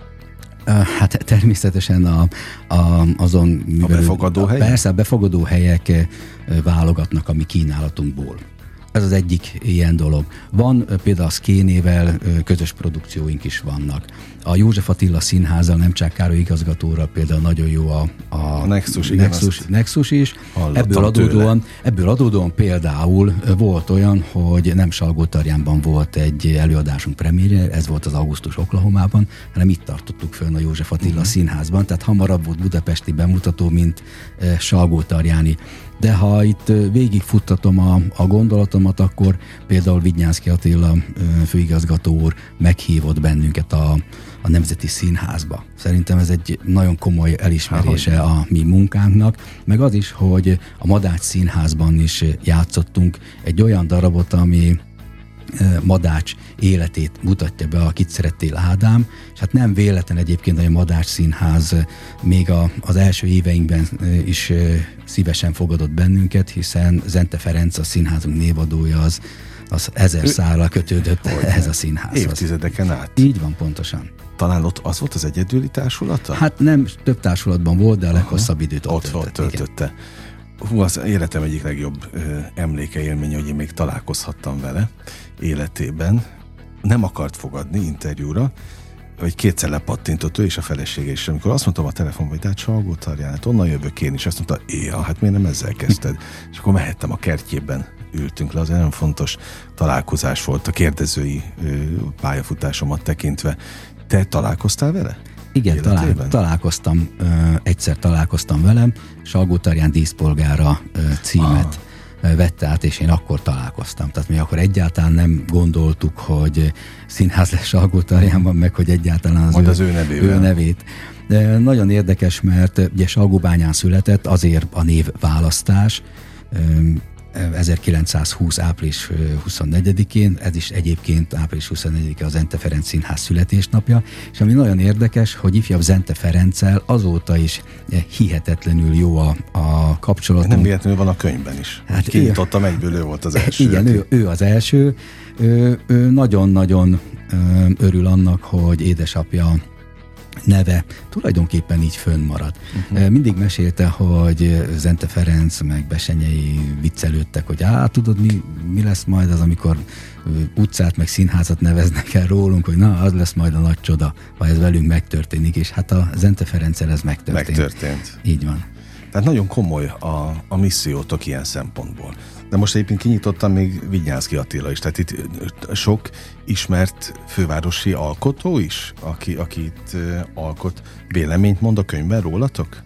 [SPEAKER 3] Hát természetesen a, a, azon...
[SPEAKER 2] A befogadó helyek?
[SPEAKER 3] Persze, a befogadó helyek válogatnak a mi kínálatunkból. Ez az egyik ilyen dolog. Van például a Szkénével közös produkcióink is vannak. A József Attila Színházzal, Nemcsák Károly igazgatóra például nagyon jó a, a,
[SPEAKER 2] a Nexus,
[SPEAKER 3] Nexus,
[SPEAKER 2] igen,
[SPEAKER 3] Nexus is. Ebből adódóan, ebből adódóan például volt olyan, hogy nem Salgótarjánban volt egy előadásunk premierje, ez volt az augusztus Oklahomában, hanem itt tartottuk föl a József Attila uh-huh. Színházban, tehát hamarabb volt budapesti bemutató, mint Salgótarjáni. De ha itt végigfuttatom a, a gondolatomat, akkor például Vidnyánszky Attila főigazgató úr meghívott bennünket a, a Nemzeti Színházba. Szerintem ez egy nagyon komoly elismerése a mi munkánknak, meg az is, hogy a Madács Színházban is játszottunk egy olyan darabot, ami Madács életét mutatja be a Kit szerettél Ádám, és hát nem véletlen egyébként, hogy a Madács Színház még a, az első éveinkben is szívesen fogadott bennünket, hiszen Zente Ferenc, a színházunk névadója, az, az ezer szállal kötődött ehhez a színházhoz.
[SPEAKER 2] Évtizedeken át.
[SPEAKER 3] Így van, pontosan.
[SPEAKER 2] Talán ott az volt az egyedüli társulata?
[SPEAKER 3] Hát nem, több társulatban volt, de a leghosszabb időt ott,
[SPEAKER 2] ott volt, töltötte. Hú, az életem egyik legjobb ö, emléke, élmény, hogy én még találkozhattam vele életében. Nem akart fogadni interjúra, hogy kétszer lepattintott ő és a felesége is. Amikor azt mondtam a telefonban, hogy tehát Salgó-Tarján, hát onnan jövök én is, azt mondta, éja, hát miért nem ezzel kezdted? És akkor mehettem a kertjében, ültünk le, az egy nagyon fontos találkozás volt a kérdezői ö, pályafutásomat tekintve. Te találkoztál vele?
[SPEAKER 3] Igen, talál, találkoztam, ö, egyszer találkoztam velem, Salgó-Tarján díszpolgára ö, címet ah. vette át, és én akkor találkoztam. Tehát mi akkor egyáltalán nem gondoltuk, hogy színház lesz Salgó-Tarjánban, meg hogy egyáltalán az, ő,
[SPEAKER 2] az ő,
[SPEAKER 3] ő nevét. De nagyon érdekes, mert ugye Salgóbányán született, azért a névválasztás, ö, ezerkilencszázhúsz. április huszonnegyedikén, ez is egyébként április huszonnegyedike a Zente Ferenc Színház születésnapja, és ami nagyon érdekes, hogy ifjabb Zente Ferenccel azóta is hihetetlenül jó a, a kapcsolatunk.
[SPEAKER 2] Nem véletlenül van a könyvben is. Hát kinyitottam egyből, ő volt az első.
[SPEAKER 3] Igen, ő, ő az első. Ő, ő nagyon-nagyon örül annak, hogy édesapja neve tulajdonképpen így fönnmarad. Uh-huh. Mindig mesélte, hogy Zente Ferenc meg Besenyei viccelődtek, hogy á, tudod, mi, mi lesz majd az, amikor utcát meg színházat neveznek el rólunk, hogy na, az lesz majd a nagy csoda, ha ez velünk megtörténik, és hát a Zente Ferenccel ez megtörtént.
[SPEAKER 2] Megtörtént.
[SPEAKER 3] Így van.
[SPEAKER 2] Tehát nagyon komoly a, a missziótok ilyen szempontból. De most egyébként kinyitottam még Vinyánszky Attila is, tehát itt sok ismert fővárosi alkotó is, aki, aki itt alkot, véleményt mond a könyvben rólatok?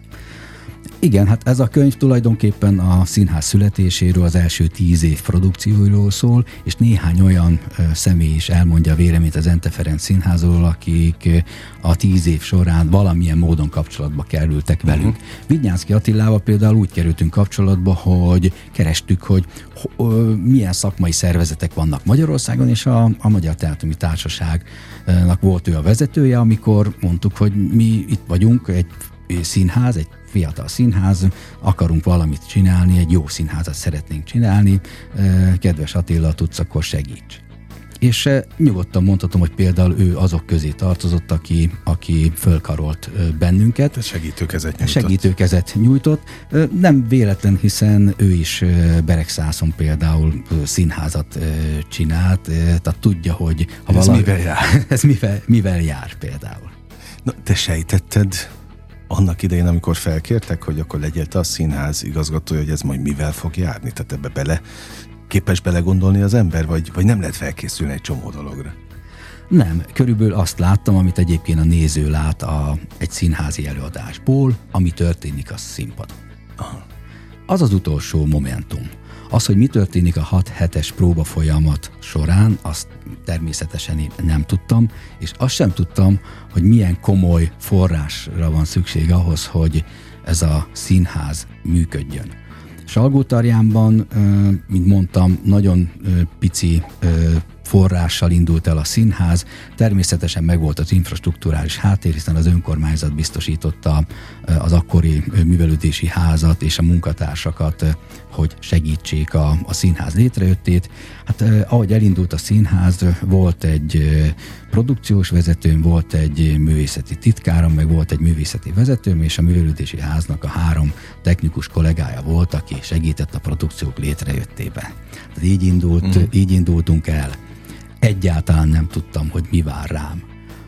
[SPEAKER 3] Igen, hát ez a könyv tulajdonképpen a színház születéséről, az első tíz év produkcióiról szól, és néhány olyan ö, személy is elmondja a véleményt az Zente Ferenc Színházról, akik ö, a tíz év során valamilyen módon kapcsolatba kerültek velünk. Uh-huh. Vinyánszky Attilával például úgy kerültünk kapcsolatba, hogy kerestük, hogy ö, milyen szakmai szervezetek vannak Magyarországon, és a, a Magyar Teátumi Társaságnak volt ő a vezetője, amikor mondtuk, hogy mi itt vagyunk, egy színház, egy fiatal színház, akarunk valamit csinálni, egy jó színházat szeretnénk csinálni, kedves Attila, tudsz, akkor segíts. És nyugodtan mondhatom, hogy például ő azok közé tartozott, aki, aki fölkarolt bennünket.
[SPEAKER 2] Segítőkezet nyújtott.
[SPEAKER 3] Segítőkezet nyújtott. Nem véletlen, hiszen ő is Beregszászon például színházat csinált, tehát tudja, hogy ha
[SPEAKER 2] ez
[SPEAKER 3] valami,
[SPEAKER 2] mivel jár.
[SPEAKER 3] ez mivel, mivel jár például.
[SPEAKER 2] Na, te sejtetted annak idején, amikor felkértek, hogy akkor legyél te a színház igazgatója, hogy ez majd mivel fog járni? Tehát ebbe bele, képes belegondolni az ember, vagy, vagy nem lehet felkészülni egy csomó dologra?
[SPEAKER 3] Nem, körülbelül azt láttam, amit egyébként a néző lát a, egy színházi előadásból, ami történik a színpadon. Aha. Az az utolsó momentum. Az, hogy mi történik a hat hetes próba folyamat során, azt természetesen én nem tudtam, és azt sem tudtam, hogy milyen komoly forrásra van szükség ahhoz, hogy ez a színház működjön. Salgó-Tarjánban, mint mondtam, nagyon pici forrással indult el a színház, természetesen megvolt az infrastrukturális háttér, hiszen az önkormányzat biztosította az akkori művelődési házat és a munkatársakat, hogy segítsék a, a színház létrejöttét. Hát ahogy elindult a színház, volt egy produkciós vezetőm, volt egy művészeti titkárom, meg volt egy művészeti vezetőm, és a művelődési háznak a három technikus kollégája volt, aki segített a produkciók létrejöttében. Tehát így, indult, mm. így indultunk el. Egyáltalán nem tudtam, hogy mi vár rám.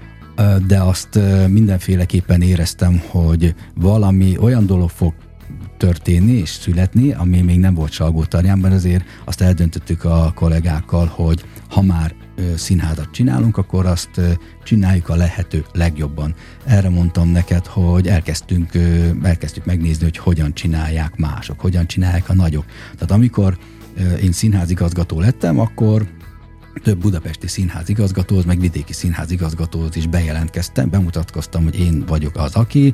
[SPEAKER 3] De azt mindenféleképpen éreztem, hogy valami olyan dolog fog történni és születni, ami még nem volt Salgó-Tarjánban, azért azt eldöntöttük a kollégákkal, hogy ha már színházat csinálunk, akkor azt csináljuk a lehető legjobban. Erre mondtam neked, hogy elkezdtünk, elkezdtük megnézni, hogy hogyan csinálják mások, hogyan csinálják a nagyok. Tehát amikor én színházigazgató lettem, akkor több budapesti színházigazgatóhoz, meg vidéki színházigazgatóhoz is bejelentkeztem, bemutatkoztam, hogy én vagyok az, aki,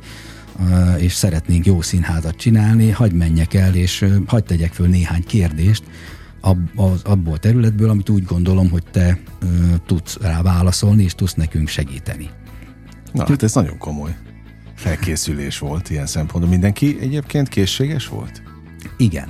[SPEAKER 3] és szeretnénk jó színházat csinálni, hadd menjek el, és hadd tegyek föl néhány kérdést, az, abból a területből, amit úgy gondolom, hogy te ö, tudsz rá válaszolni, és tudsz nekünk segíteni.
[SPEAKER 2] Na, hát ez nagyon komoly felkészülés volt ilyen szempontból. Mindenki egyébként készséges volt?
[SPEAKER 3] Igen.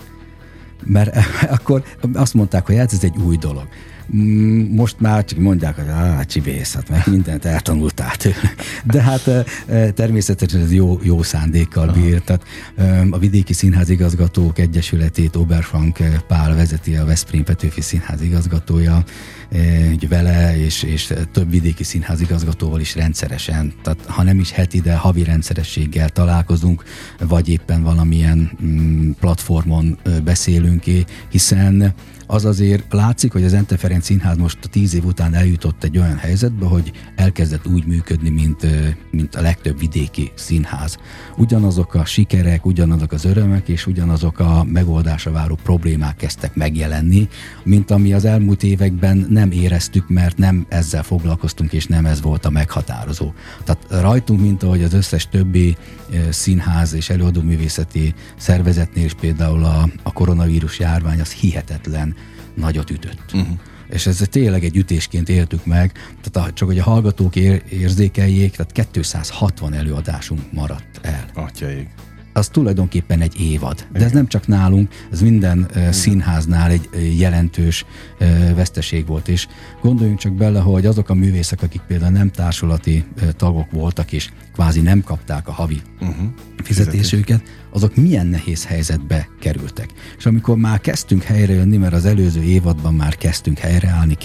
[SPEAKER 3] Mert akkor azt mondták, hogy hát ez egy új dolog. Most már csak mondják, hogy á, csibész, hát meg mindent eltanultál tőle. De hát természetesen ez jó, jó szándékkal bír. Tehát a Vidéki Színház Igazgatók Egyesületét Oberfrank Pál vezeti, a Veszprém Petőfi Színház igazgatója, ugye vele és, és több vidéki színház igazgatóval is rendszeresen, tehát ha nem is heti, de havi rendszerességgel találkozunk, vagy éppen valamilyen platformon beszélünk, hiszen az azért látszik, hogy az Ente Ferenc Színház most a tíz év után eljutott egy olyan helyzetbe, hogy elkezdett úgy működni, mint, mint a legtöbb vidéki színház. Ugyanazok a sikerek, ugyanazok az örömök, és ugyanazok a megoldásra váró problémák kezdtek megjelenni, mint ami az elmúlt években nem éreztük, mert nem ezzel foglalkoztunk, és nem ez volt a meghatározó. Tehát rajtunk, mint ahogy az összes többi színház és előadóművészeti szervezetnél is például a, a koronavírus járvány az hihetetlen nagyot ütött. Uh-huh. És ez tényleg egy ütésként éltük meg, tehát csak hogy a hallgatók ér, érzékeljék, tehát kétszázhatvan előadásunk maradt el.
[SPEAKER 2] Atyaig.
[SPEAKER 3] Az tulajdonképpen egy évad. De ez nem csak nálunk, ez minden uh, színháznál egy uh, jelentős uh, veszteség volt. És gondoljunk csak bele, hogy azok a művészek, akik például nem társulati uh, tagok voltak, és kvázi nem kapták a havi uh-huh. fizetésüket, azok milyen nehéz helyzetbe kerültek. És amikor már kezdtünk helyrejönni, mert az előző évadban már kezdtünk helyreállni,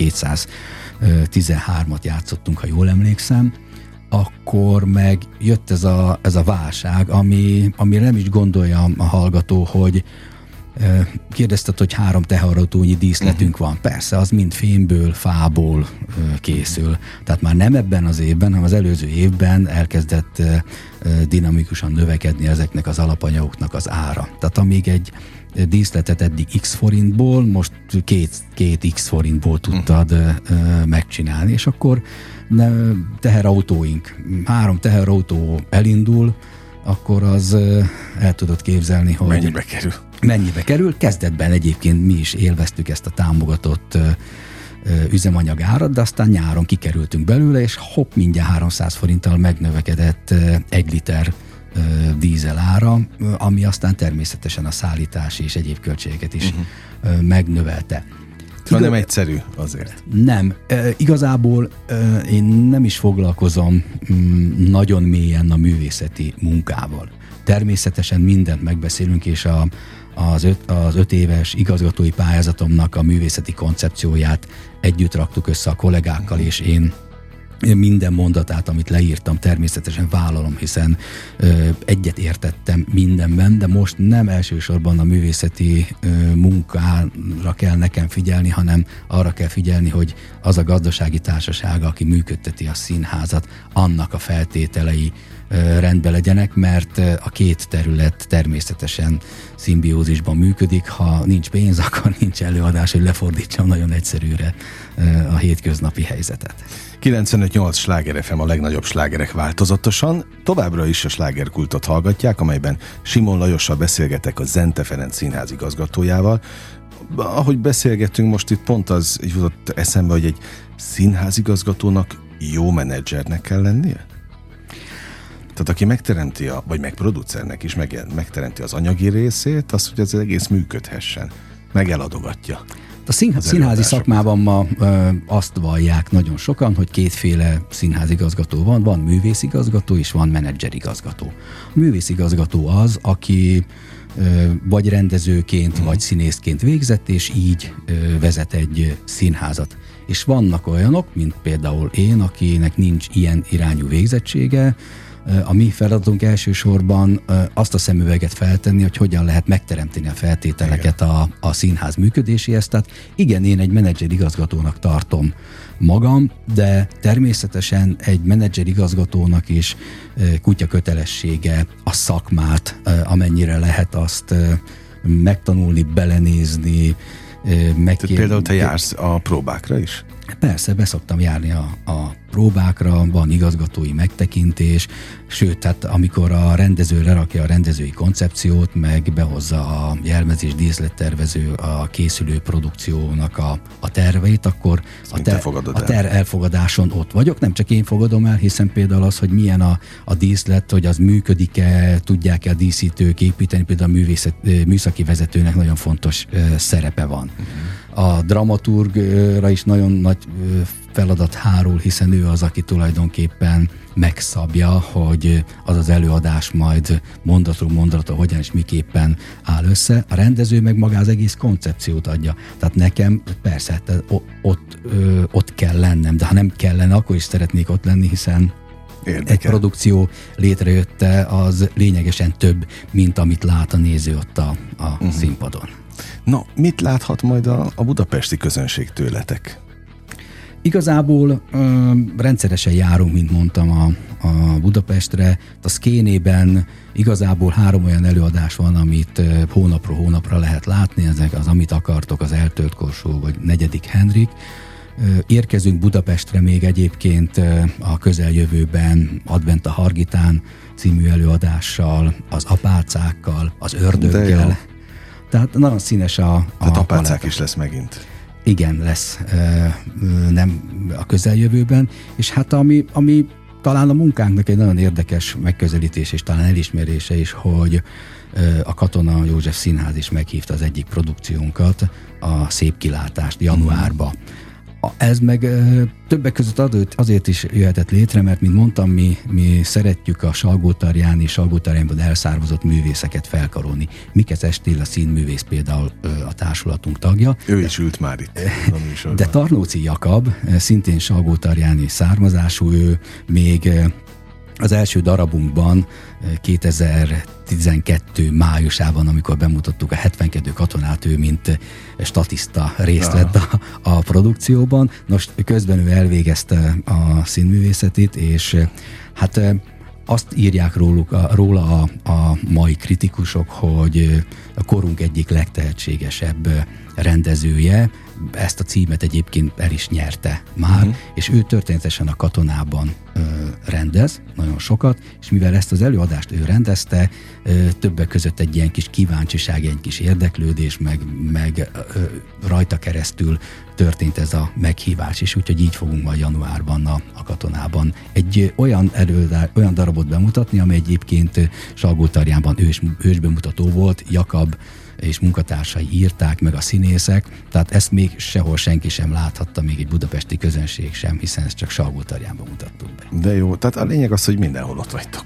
[SPEAKER 3] kétszáztizenhármat játszottunk, ha jól emlékszem, akkor meg jött ez a, ez a válság, ami, amire nem is gondolja a hallgató, hogy kérdezted, hogy három teherautónyi díszletünk uh-huh. van. Persze, az mind fémből, fából készül. Tehát már nem ebben az évben, hanem az előző évben elkezdett dinamikusan növekedni ezeknek az alapanyagoknak az ára. Tehát amíg egy díszletet eddig x forintból, most két, két x forintból tudtad uh-huh. megcsinálni, és akkor teherautóink, három teherautó elindul, akkor az el tudod képzelni, hogy
[SPEAKER 2] mennyibe kerül.
[SPEAKER 3] Mennyibe kerül. Kezdetben egyébként mi is élveztük ezt a támogatott üzemanyag árat, de aztán nyáron kikerültünk belőle, és hopp, mindjárt háromszáz forinttal megnövekedett egy liter dízel ára, ami aztán természetesen a szállítás és egyéb költségeket is uh-huh. megnövelte.
[SPEAKER 2] Igaz... nem egyszerű azért.
[SPEAKER 3] Nem. E, igazából e, én nem is foglalkozom m, nagyon mélyen a művészeti munkával. Természetesen mindent megbeszélünk, és a, az, öt, az öt éves igazgatói pályázatomnak a művészeti koncepcióját együtt raktuk össze a kollégákkal, és én minden mondatát, amit leírtam, természetesen vállalom, hiszen ö, egyet értettem mindenben, de most nem elsősorban a művészeti ö, munkára kell nekem figyelni, hanem arra kell figyelni, hogy az a gazdasági társaság, aki működteti a színházat, annak a feltételei ö, rendben legyenek, mert ö, a két terület természetesen szimbiózisban működik. Ha nincs pénz, akkor nincs előadás, hogy lefordítsam nagyon egyszerűre ö, a hétköznapi helyzetet.
[SPEAKER 2] kilencvenöt nyolc Sláger ef em, a legnagyobb slágerek változatosan. Továbbra is a slágerkultot hallgatják, amelyben Simon Lajossal beszélgetek, a Ente Ferenc Színház igazgatójával. Ahogy beszélgettünk, most itt pont az jutott eszembe, hogy egy színházigazgatónak jó menedzsernek kell lennie? Tehát aki megteremti, a, vagy megproducernek is meg, megteremti az anyagi részét, az, hogy ez egész működhessen, meg eladogatja.
[SPEAKER 3] A színház, színházi szakmában ma ö, azt vallják nagyon sokan, hogy kétféle színházigazgató van, van művészigazgató és van menedzserigazgató. A művészigazgató az, aki ö, vagy rendezőként, mm. vagy színészként végzett, és így ö, vezet egy színházat. És vannak olyanok, mint például én, akinek nincs ilyen irányú végzettsége. A mi feladatunk elsősorban azt a szemüveget feltenni, hogy hogyan lehet megteremteni a feltételeket a, a színház működéséhez. Tehát igen, én egy menedzser igazgatónak tartom magam, de természetesen egy menedzser igazgatónak is kutya kötelessége a szakmát, amennyire lehet azt megtanulni, belenézni.
[SPEAKER 2] Megkér... Például te jársz a próbákra is?
[SPEAKER 3] Persze, beszoktam járni a, a próbákra, van igazgatói megtekintés, sőt, tehát amikor a rendező lerakja a rendezői koncepciót, meg behozza a jelmezés díszlettervező a készülő produkciónak a, a terveit, akkor a, ter, a ter elfogadáson ott vagyok. Nem csak én fogadom el, hiszen például az, hogy milyen a, a díszlet, hogy az működik-e, tudják-e a díszítők építeni, például a művészet, műszaki vezetőnek nagyon fontos szerepe van. Uh-huh. A dramaturgra is nagyon nagy feladat hárul, hiszen ő az, aki tulajdonképpen megszabja, hogy az az előadás majd mondatról mondatra hogyan és miképpen áll össze. A rendező meg maga az egész koncepciót adja. Tehát nekem persze, tehát ott, ott kell lennem, de ha nem kellene, akkor is szeretnék ott lenni, hiszen Érdekel. Egy produkció létrejötte az lényegesen több, mint amit lát a néző ott a, a uh-huh. színpadon.
[SPEAKER 2] Na, mit láthat majd a, a budapesti közönség tőletek?
[SPEAKER 3] Igazából ö, rendszeresen járunk, mint mondtam, a, a Budapestre. A Szkénében igazából három olyan előadás van, amit ö, hónapról hónapra lehet látni. Ezek az Amit akartok, az Eltölt korsó, vagy Negyedik Henrik. Ö, érkezünk Budapestre még egyébként ö, a közeljövőben Advent a Hargitán című előadással, az Apácákkal, az Ördöggel. Tehát nagyon színes a... a
[SPEAKER 2] Tehát Apácák is lesz megint.
[SPEAKER 3] Igen, lesz nem a közeljövőben, és hát ami, ami talán a munkánknak egy nagyon érdekes megközelítés, és talán elismerése is, hogy a Katona József Színház is meghívta az egyik produkciónkat, a Szép kilátást januárba. Ez meg többek között azért is jöhetett létre, mert, mint mondtam, mi, mi szeretjük a Salgótarjáni, Salgótarjánban elszármazott művészeket felkarolni. Mikesz Estél, a színművész például a társulatunk tagja.
[SPEAKER 2] Ő is ült már itt a műsorban.
[SPEAKER 3] De Tarnóci Jakab, szintén Salgótarjáni származású, ő még az első darabunkban kétezer-tizenkettő májusában, amikor bemutattuk a hetvenkettő katonát, ő mint statiszta részt vett a, a produkcióban. Most közben ő elvégezte a színművészetét, és hát azt írják róluk, róla a, a mai kritikusok, hogy a korunk egyik legtehetségesebb rendezője. Ezt a címet egyébként el is nyerte már, uh-huh. és ő történetesen a Katonában ö, rendez, nagyon sokat, és mivel ezt az előadást ő rendezte, ö, többek között egy ilyen kis kíváncsiság, egy kis érdeklődés, meg, meg ö, rajta keresztül történt ez a meghívás is, úgyhogy így fogunk majd januárban a, a Katonában egy olyan, előadás, olyan darabot bemutatni, amely egyébként Salgótarjánban ős, ősbemutató volt, Jakab és munkatársai írták, meg a színészek, tehát ezt még sehol senki sem láthatta, még egy budapesti közönség sem, hiszen ezt csak Salgótarjánban mutattuk be.
[SPEAKER 2] De jó, tehát a lényeg az, hogy mindenhol ott vagytok.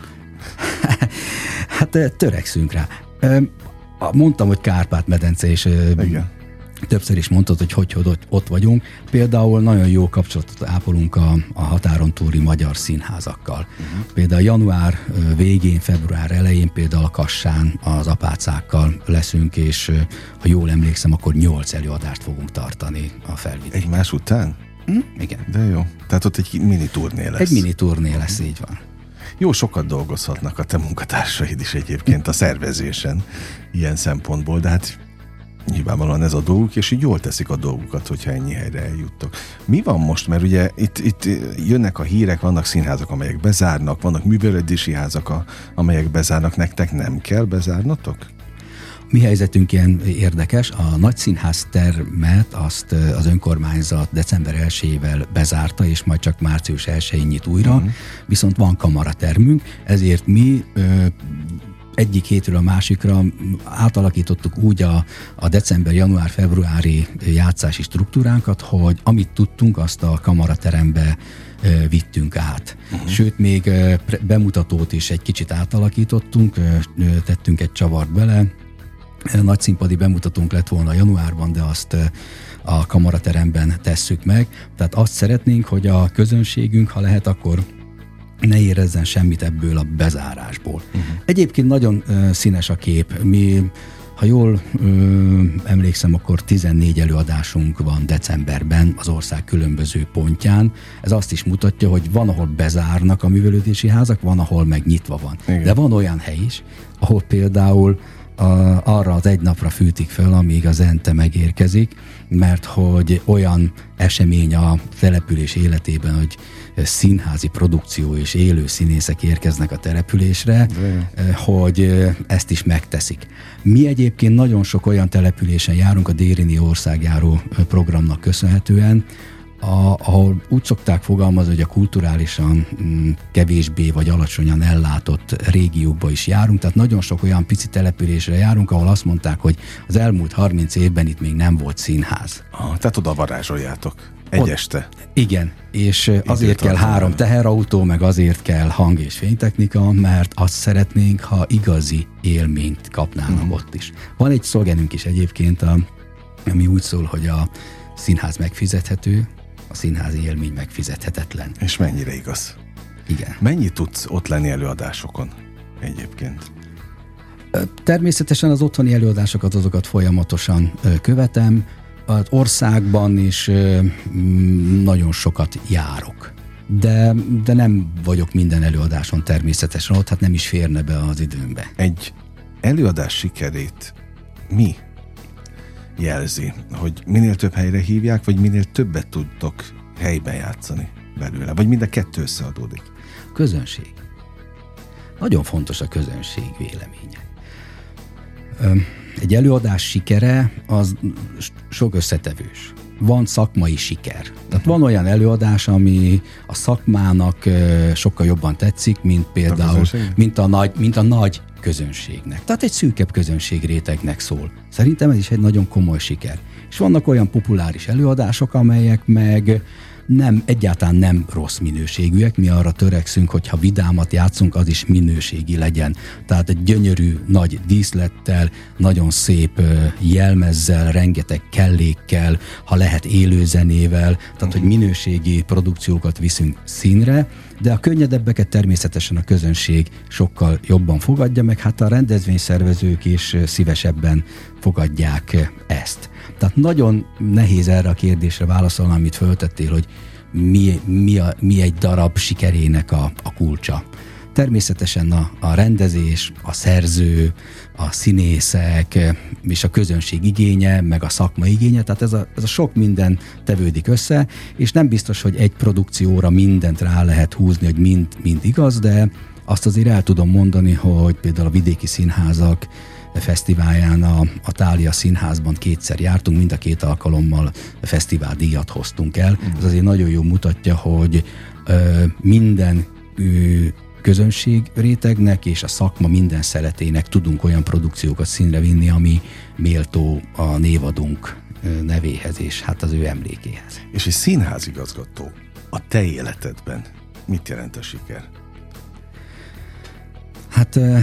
[SPEAKER 3] Hát törekszünk rá. Mondtam, hogy Kárpát-medence, és igen. Többször is mondtad, hogy hogy, hogy ott, ott vagyunk. Például nagyon jó kapcsolatot ápolunk a, a határon túli magyar színházakkal. Uh-huh. Például január végén, február elején például a Kassán az Apácákkal leszünk, és ha jól emlékszem, akkor nyolc előadást fogunk tartani a Felvidéken.
[SPEAKER 2] Egymás után?
[SPEAKER 3] Hm? Igen.
[SPEAKER 2] De jó. Tehát ott egy mini turné lesz.
[SPEAKER 3] Egy mini turné lesz, így van.
[SPEAKER 2] Jó sokat dolgozhatnak a te munkatársaid is egyébként a szervezésen ilyen szempontból, de hát nyilvánvalóan ez a dolguk, és így jól teszik a dolgukat, hogyha ennyi helyre eljuttok. Mi van most? Mert ugye itt, itt jönnek a hírek, vannak színházak, amelyek bezárnak, vannak művelődési házak, amelyek bezárnak, nektek nem kell bezárnatok?
[SPEAKER 3] Mi helyzetünk ilyen érdekes. A Nagyszínház termet azt az önkormányzat december elsejével bezárta, és majd csak március elsején nyit újra, uh-huh. viszont van kamaratermünk, ezért mi ö, egyik hétről a másikra átalakítottuk úgy a, a december-január-februári játszási struktúránkat, hogy amit tudtunk, azt a kamaraterembe e, vittünk át. Uh-huh. Sőt, még e, bemutatót is egy kicsit átalakítottunk, e, tettünk egy csavart bele. E, nagy színpadi bemutatónk lett volna januárban, de azt e, a kamarateremben tesszük meg. Tehát azt szeretnénk, hogy a közönségünk, ha lehet, akkor ne érezzen semmit ebből a bezárásból. Uh-huh. Egyébként nagyon uh, színes a kép. Mi, ha jól uh, emlékszem, akkor tizennégy előadásunk van decemberben az ország különböző pontján. Ez azt is mutatja, hogy van, ahol bezárnak a művelődési házak, van, ahol meg nyitva van. Igen. De van olyan hely is, ahol például a, arra az egy napra fűtik föl, amíg az Ente megérkezik, mert hogy olyan esemény a település életében, hogy színházi produkció és élő színészek érkeznek a településre, de. hogy ezt is megteszik. Mi egyébként nagyon sok olyan településen járunk a Dérini országjáró programnak köszönhetően, A, ahol úgy szokták fogalmazni, hogy a kulturálisan mm, kevésbé vagy alacsonyan ellátott régiókba is járunk, tehát nagyon sok olyan pici településre járunk, ahol azt mondták, hogy az elmúlt harminc évben itt még nem volt színház.
[SPEAKER 2] Ah, tehát oda varázsoljátok. Egy Ott, este.
[SPEAKER 3] Igen, és azért kell három teherautó, meg azért kell hang- és fénytechnika, mert azt szeretnénk, ha igazi élményt kapnának hmm. ott is. Van egy szlogenünk is egyébként, a, ami úgy szól, hogy a színház megfizethető, a színházi élmény megfizethetetlen.
[SPEAKER 2] És mennyire igaz?
[SPEAKER 3] Igen.
[SPEAKER 2] Mennyit tudsz ott lenni előadásokon egyébként?
[SPEAKER 3] Természetesen az otthoni előadásokat, azokat folyamatosan követem. Az országban is nagyon sokat járok. De, de nem vagyok minden előadáson természetesen ott, hát nem is férne be az időmbe.
[SPEAKER 2] Egy előadás sikerét mi jelzi, hogy minél több helyre hívják, vagy minél többet tudtok helyben játszani belőle, vagy mind a kettő összeadódik?
[SPEAKER 3] Közönség. Nagyon fontos a közönség véleménye. Egy előadás sikere az sok összetevős. Van szakmai siker. Tehát van olyan előadás, ami a szakmának sokkal jobban tetszik, mint például, a mint a nagy, mint a nagy közönségnek. Tehát egy szűkebb közönségrétegnek szól. Szerintem ez is egy nagyon komoly siker. És vannak olyan populáris előadások, amelyek meg nem, egyáltalán nem rossz minőségűek. Mi arra törekszünk, hogy ha vidámat játszunk, az is minőségi legyen. Tehát egy gyönyörű nagy díszlettel, nagyon szép jelmezzel, rengeteg kellékkel, ha lehet élőzenével, tehát hogy minőségi produkciókat viszünk színre, de a könnyedebbeket természetesen a közönség sokkal jobban fogadja, meg hát a rendezvényszervezők is szívesebben fogadják ezt. Tehát nagyon nehéz erre a kérdésre válaszolni, amit föltettél, hogy mi, mi, a, mi egy darab sikerének a, a kulcsa. Természetesen a, a rendezés, a szerző, a színészek és a közönség igénye, meg a szakma igénye, tehát ez a, ez a sok minden tevődik össze, és nem biztos, hogy egy produkcióra mindent rá lehet húzni, hogy mind, mind igaz, de azt azért el tudom mondani, hogy például a vidéki színházak fesztiválján a, a Thália Színházban kétszer jártunk, mind a két alkalommal fesztivál díjat hoztunk el. Ez azért nagyon jól mutatja, hogy ö, minden ö, közönség rétegnek és a szakma minden szeletének tudunk olyan produkciókat színre vinni, ami méltó a névadónk nevéhez és hát az ő emlékéhez.
[SPEAKER 2] És egy színházigazgató a te életedben mit jelent a siker?
[SPEAKER 3] Hát ö,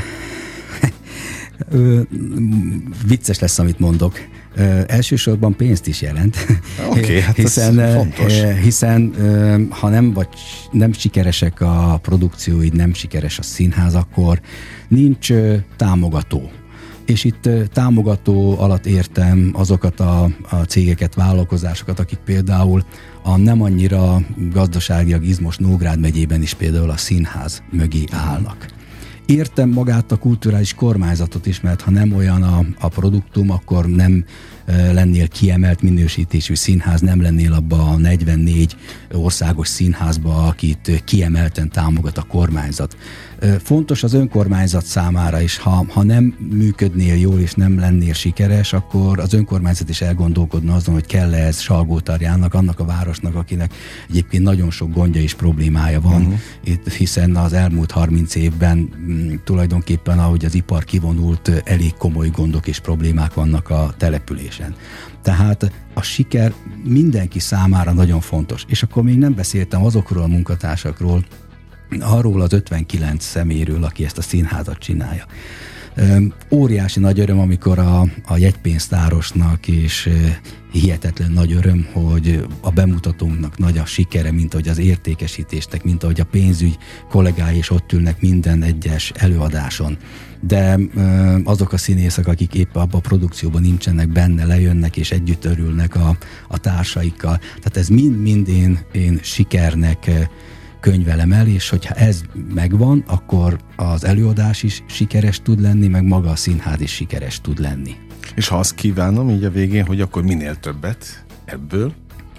[SPEAKER 3] ö, vicces lesz, amit mondok. Ö, elsősorban pénzt is jelent.
[SPEAKER 2] Oké, okay, hát hiszen, ez fontos.
[SPEAKER 3] Hiszen ö, ha nem vagy nem sikeresek a produkcióid, nem sikeres a színház, akkor nincs ö, támogató. És itt ö, támogató alatt értem azokat a, a cégeket, vállalkozásokat, akik például a nem annyira gazdaságilag izmos Nógrád megyében is például a színház mögé állnak. Értem magát a kulturális kormányzatot is, mert ha nem olyan a, a produktum, akkor nem e, lennél kiemelt minősítésű színház, nem lennél abba a negyvennégy országos színházba, akit kiemelten támogat a kormányzat. E, fontos az önkormányzat számára is, ha, ha nem működnél jól és nem lennél sikeres, akkor az önkormányzat is elgondolkodna azon, hogy kell-e ez Salgótarjánnak, annak a városnak, akinek egyébként nagyon sok gondja és problémája van, uh-huh. itt, hiszen az elmúlt harminc évben tulajdonképpen, ahogy az ipar kivonult, elég komoly gondok és problémák vannak a településen. Tehát a siker mindenki számára nagyon fontos. És akkor még nem beszéltem azokról a munkatársakról, arról az ötvenkilenc személyről, aki ezt a színházat csinálja. Óriási nagy öröm, amikor a, a jegypénztárosnak és hihetetlen nagy öröm, hogy a bemutatónknak nagy a sikere, mint ahogy az értékesítésnek, mint ahogy a pénzügy kollégái is ott ülnek minden egyes előadáson. De azok a színészek, akik épp abban a produkcióban nincsenek benne, lejönnek és együtt örülnek a, a társaikkal. Tehát ez mind-mind én, én sikernek könyvelem el, és hogyha ez megvan, akkor az előadás is sikeres tud lenni, meg maga a színház is sikeres tud lenni.
[SPEAKER 2] És ha azt kívánom így a végén, hogy akkor minél többet ebből,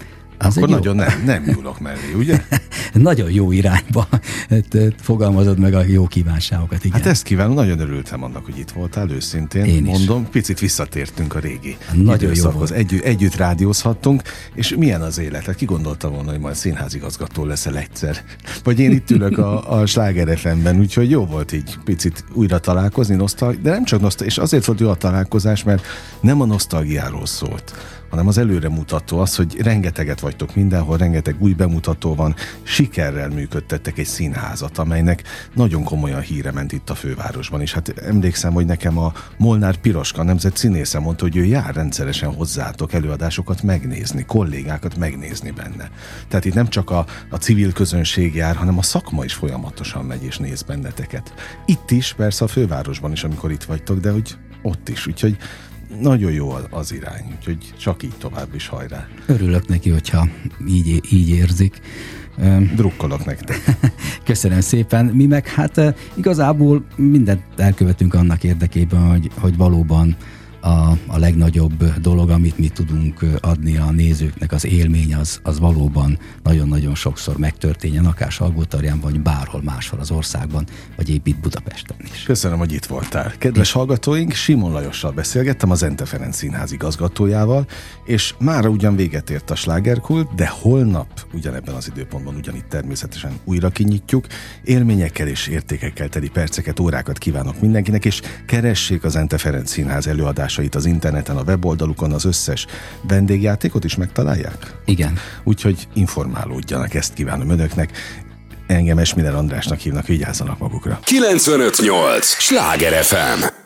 [SPEAKER 3] az
[SPEAKER 2] akkor nagyon nem, nem nyúlok mellé, ugye?
[SPEAKER 3] Nagyon jó irányba fogalmazod meg a jó kívánságokat, igen.
[SPEAKER 2] Hát ezt kívánom, nagyon örültem annak, hogy itt voltál, őszintén.
[SPEAKER 3] Én
[SPEAKER 2] mondom, is. Picit visszatértünk a régi
[SPEAKER 3] nagyon
[SPEAKER 2] időszakhoz. Együtt, együtt rádiózhattunk, és milyen az élet? Hát ki gondolta volna, hogy majd színházigazgató leszel egyszer? Vagy én itt ülök a, a Sláger ef em-ben, úgyhogy jó volt így picit újra találkozni, nosztal... de nem csak nosztal... és azért volt jó a találkozás, mert nem a nosztalgiáról szólt, hanem az előremutató, az, hogy rengeteget vagytok mindenhol, rengeteg új bemutató van, sikerrel működtettek egy színházat, amelynek nagyon komolyan híre ment itt a fővárosban, és hát emlékszem, hogy nekem a Molnár Piroska nemzet színésze mondta, hogy ő jár rendszeresen hozzátok előadásokat megnézni, kollégákat megnézni benne. Tehát itt nem csak a, a civil közönség jár, hanem a szakma is folyamatosan megy és néz benneteket. Itt is, persze a fővárosban is, amikor itt vagytok, de hogy ott is, úgyhogy nagyon jó az irány, úgyhogy csak így tovább is, hajrá.
[SPEAKER 3] Örülök neki, hogyha így, így érzik.
[SPEAKER 2] Drukkolok nektek.
[SPEAKER 3] Köszönöm szépen. Mi meg hát igazából mindent elkövetünk annak érdekében, hogy, hogy valóban a, a legnagyobb dolog, amit mi tudunk adni a nézőknek, az élmény, az, az valóban nagyon-nagyon sokszor megtörténjen, akár Salgótarján, vagy bárhol máshol az országban, vagy épp itt Budapesten is.
[SPEAKER 2] Köszönöm, hogy itt voltál. Kedves Én... hallgatóink, Simon Lajossal beszélgettem, az Ente Ferenc Színház igazgatójával, és mára ugyan véget ért a Slágerkult, de holnap ugyanebben az időpontban ugyanitt természetesen újra kinyitjuk. Élményekkel és értékekkel teli perceket, órákat kívánok mindenkinek, és keressék az Ente Ferenc Színház előadásait az interneten, a weboldalukon, az összes vendégjátékot is megtalálják?
[SPEAKER 3] Igen.
[SPEAKER 2] Úgyhogy informálódjanak, ezt kívánom önöknek. Engem Esmiller Andrásnak hívnak, vigyázzanak magukra.
[SPEAKER 1] kilencvenöt nyolc Sláger ef em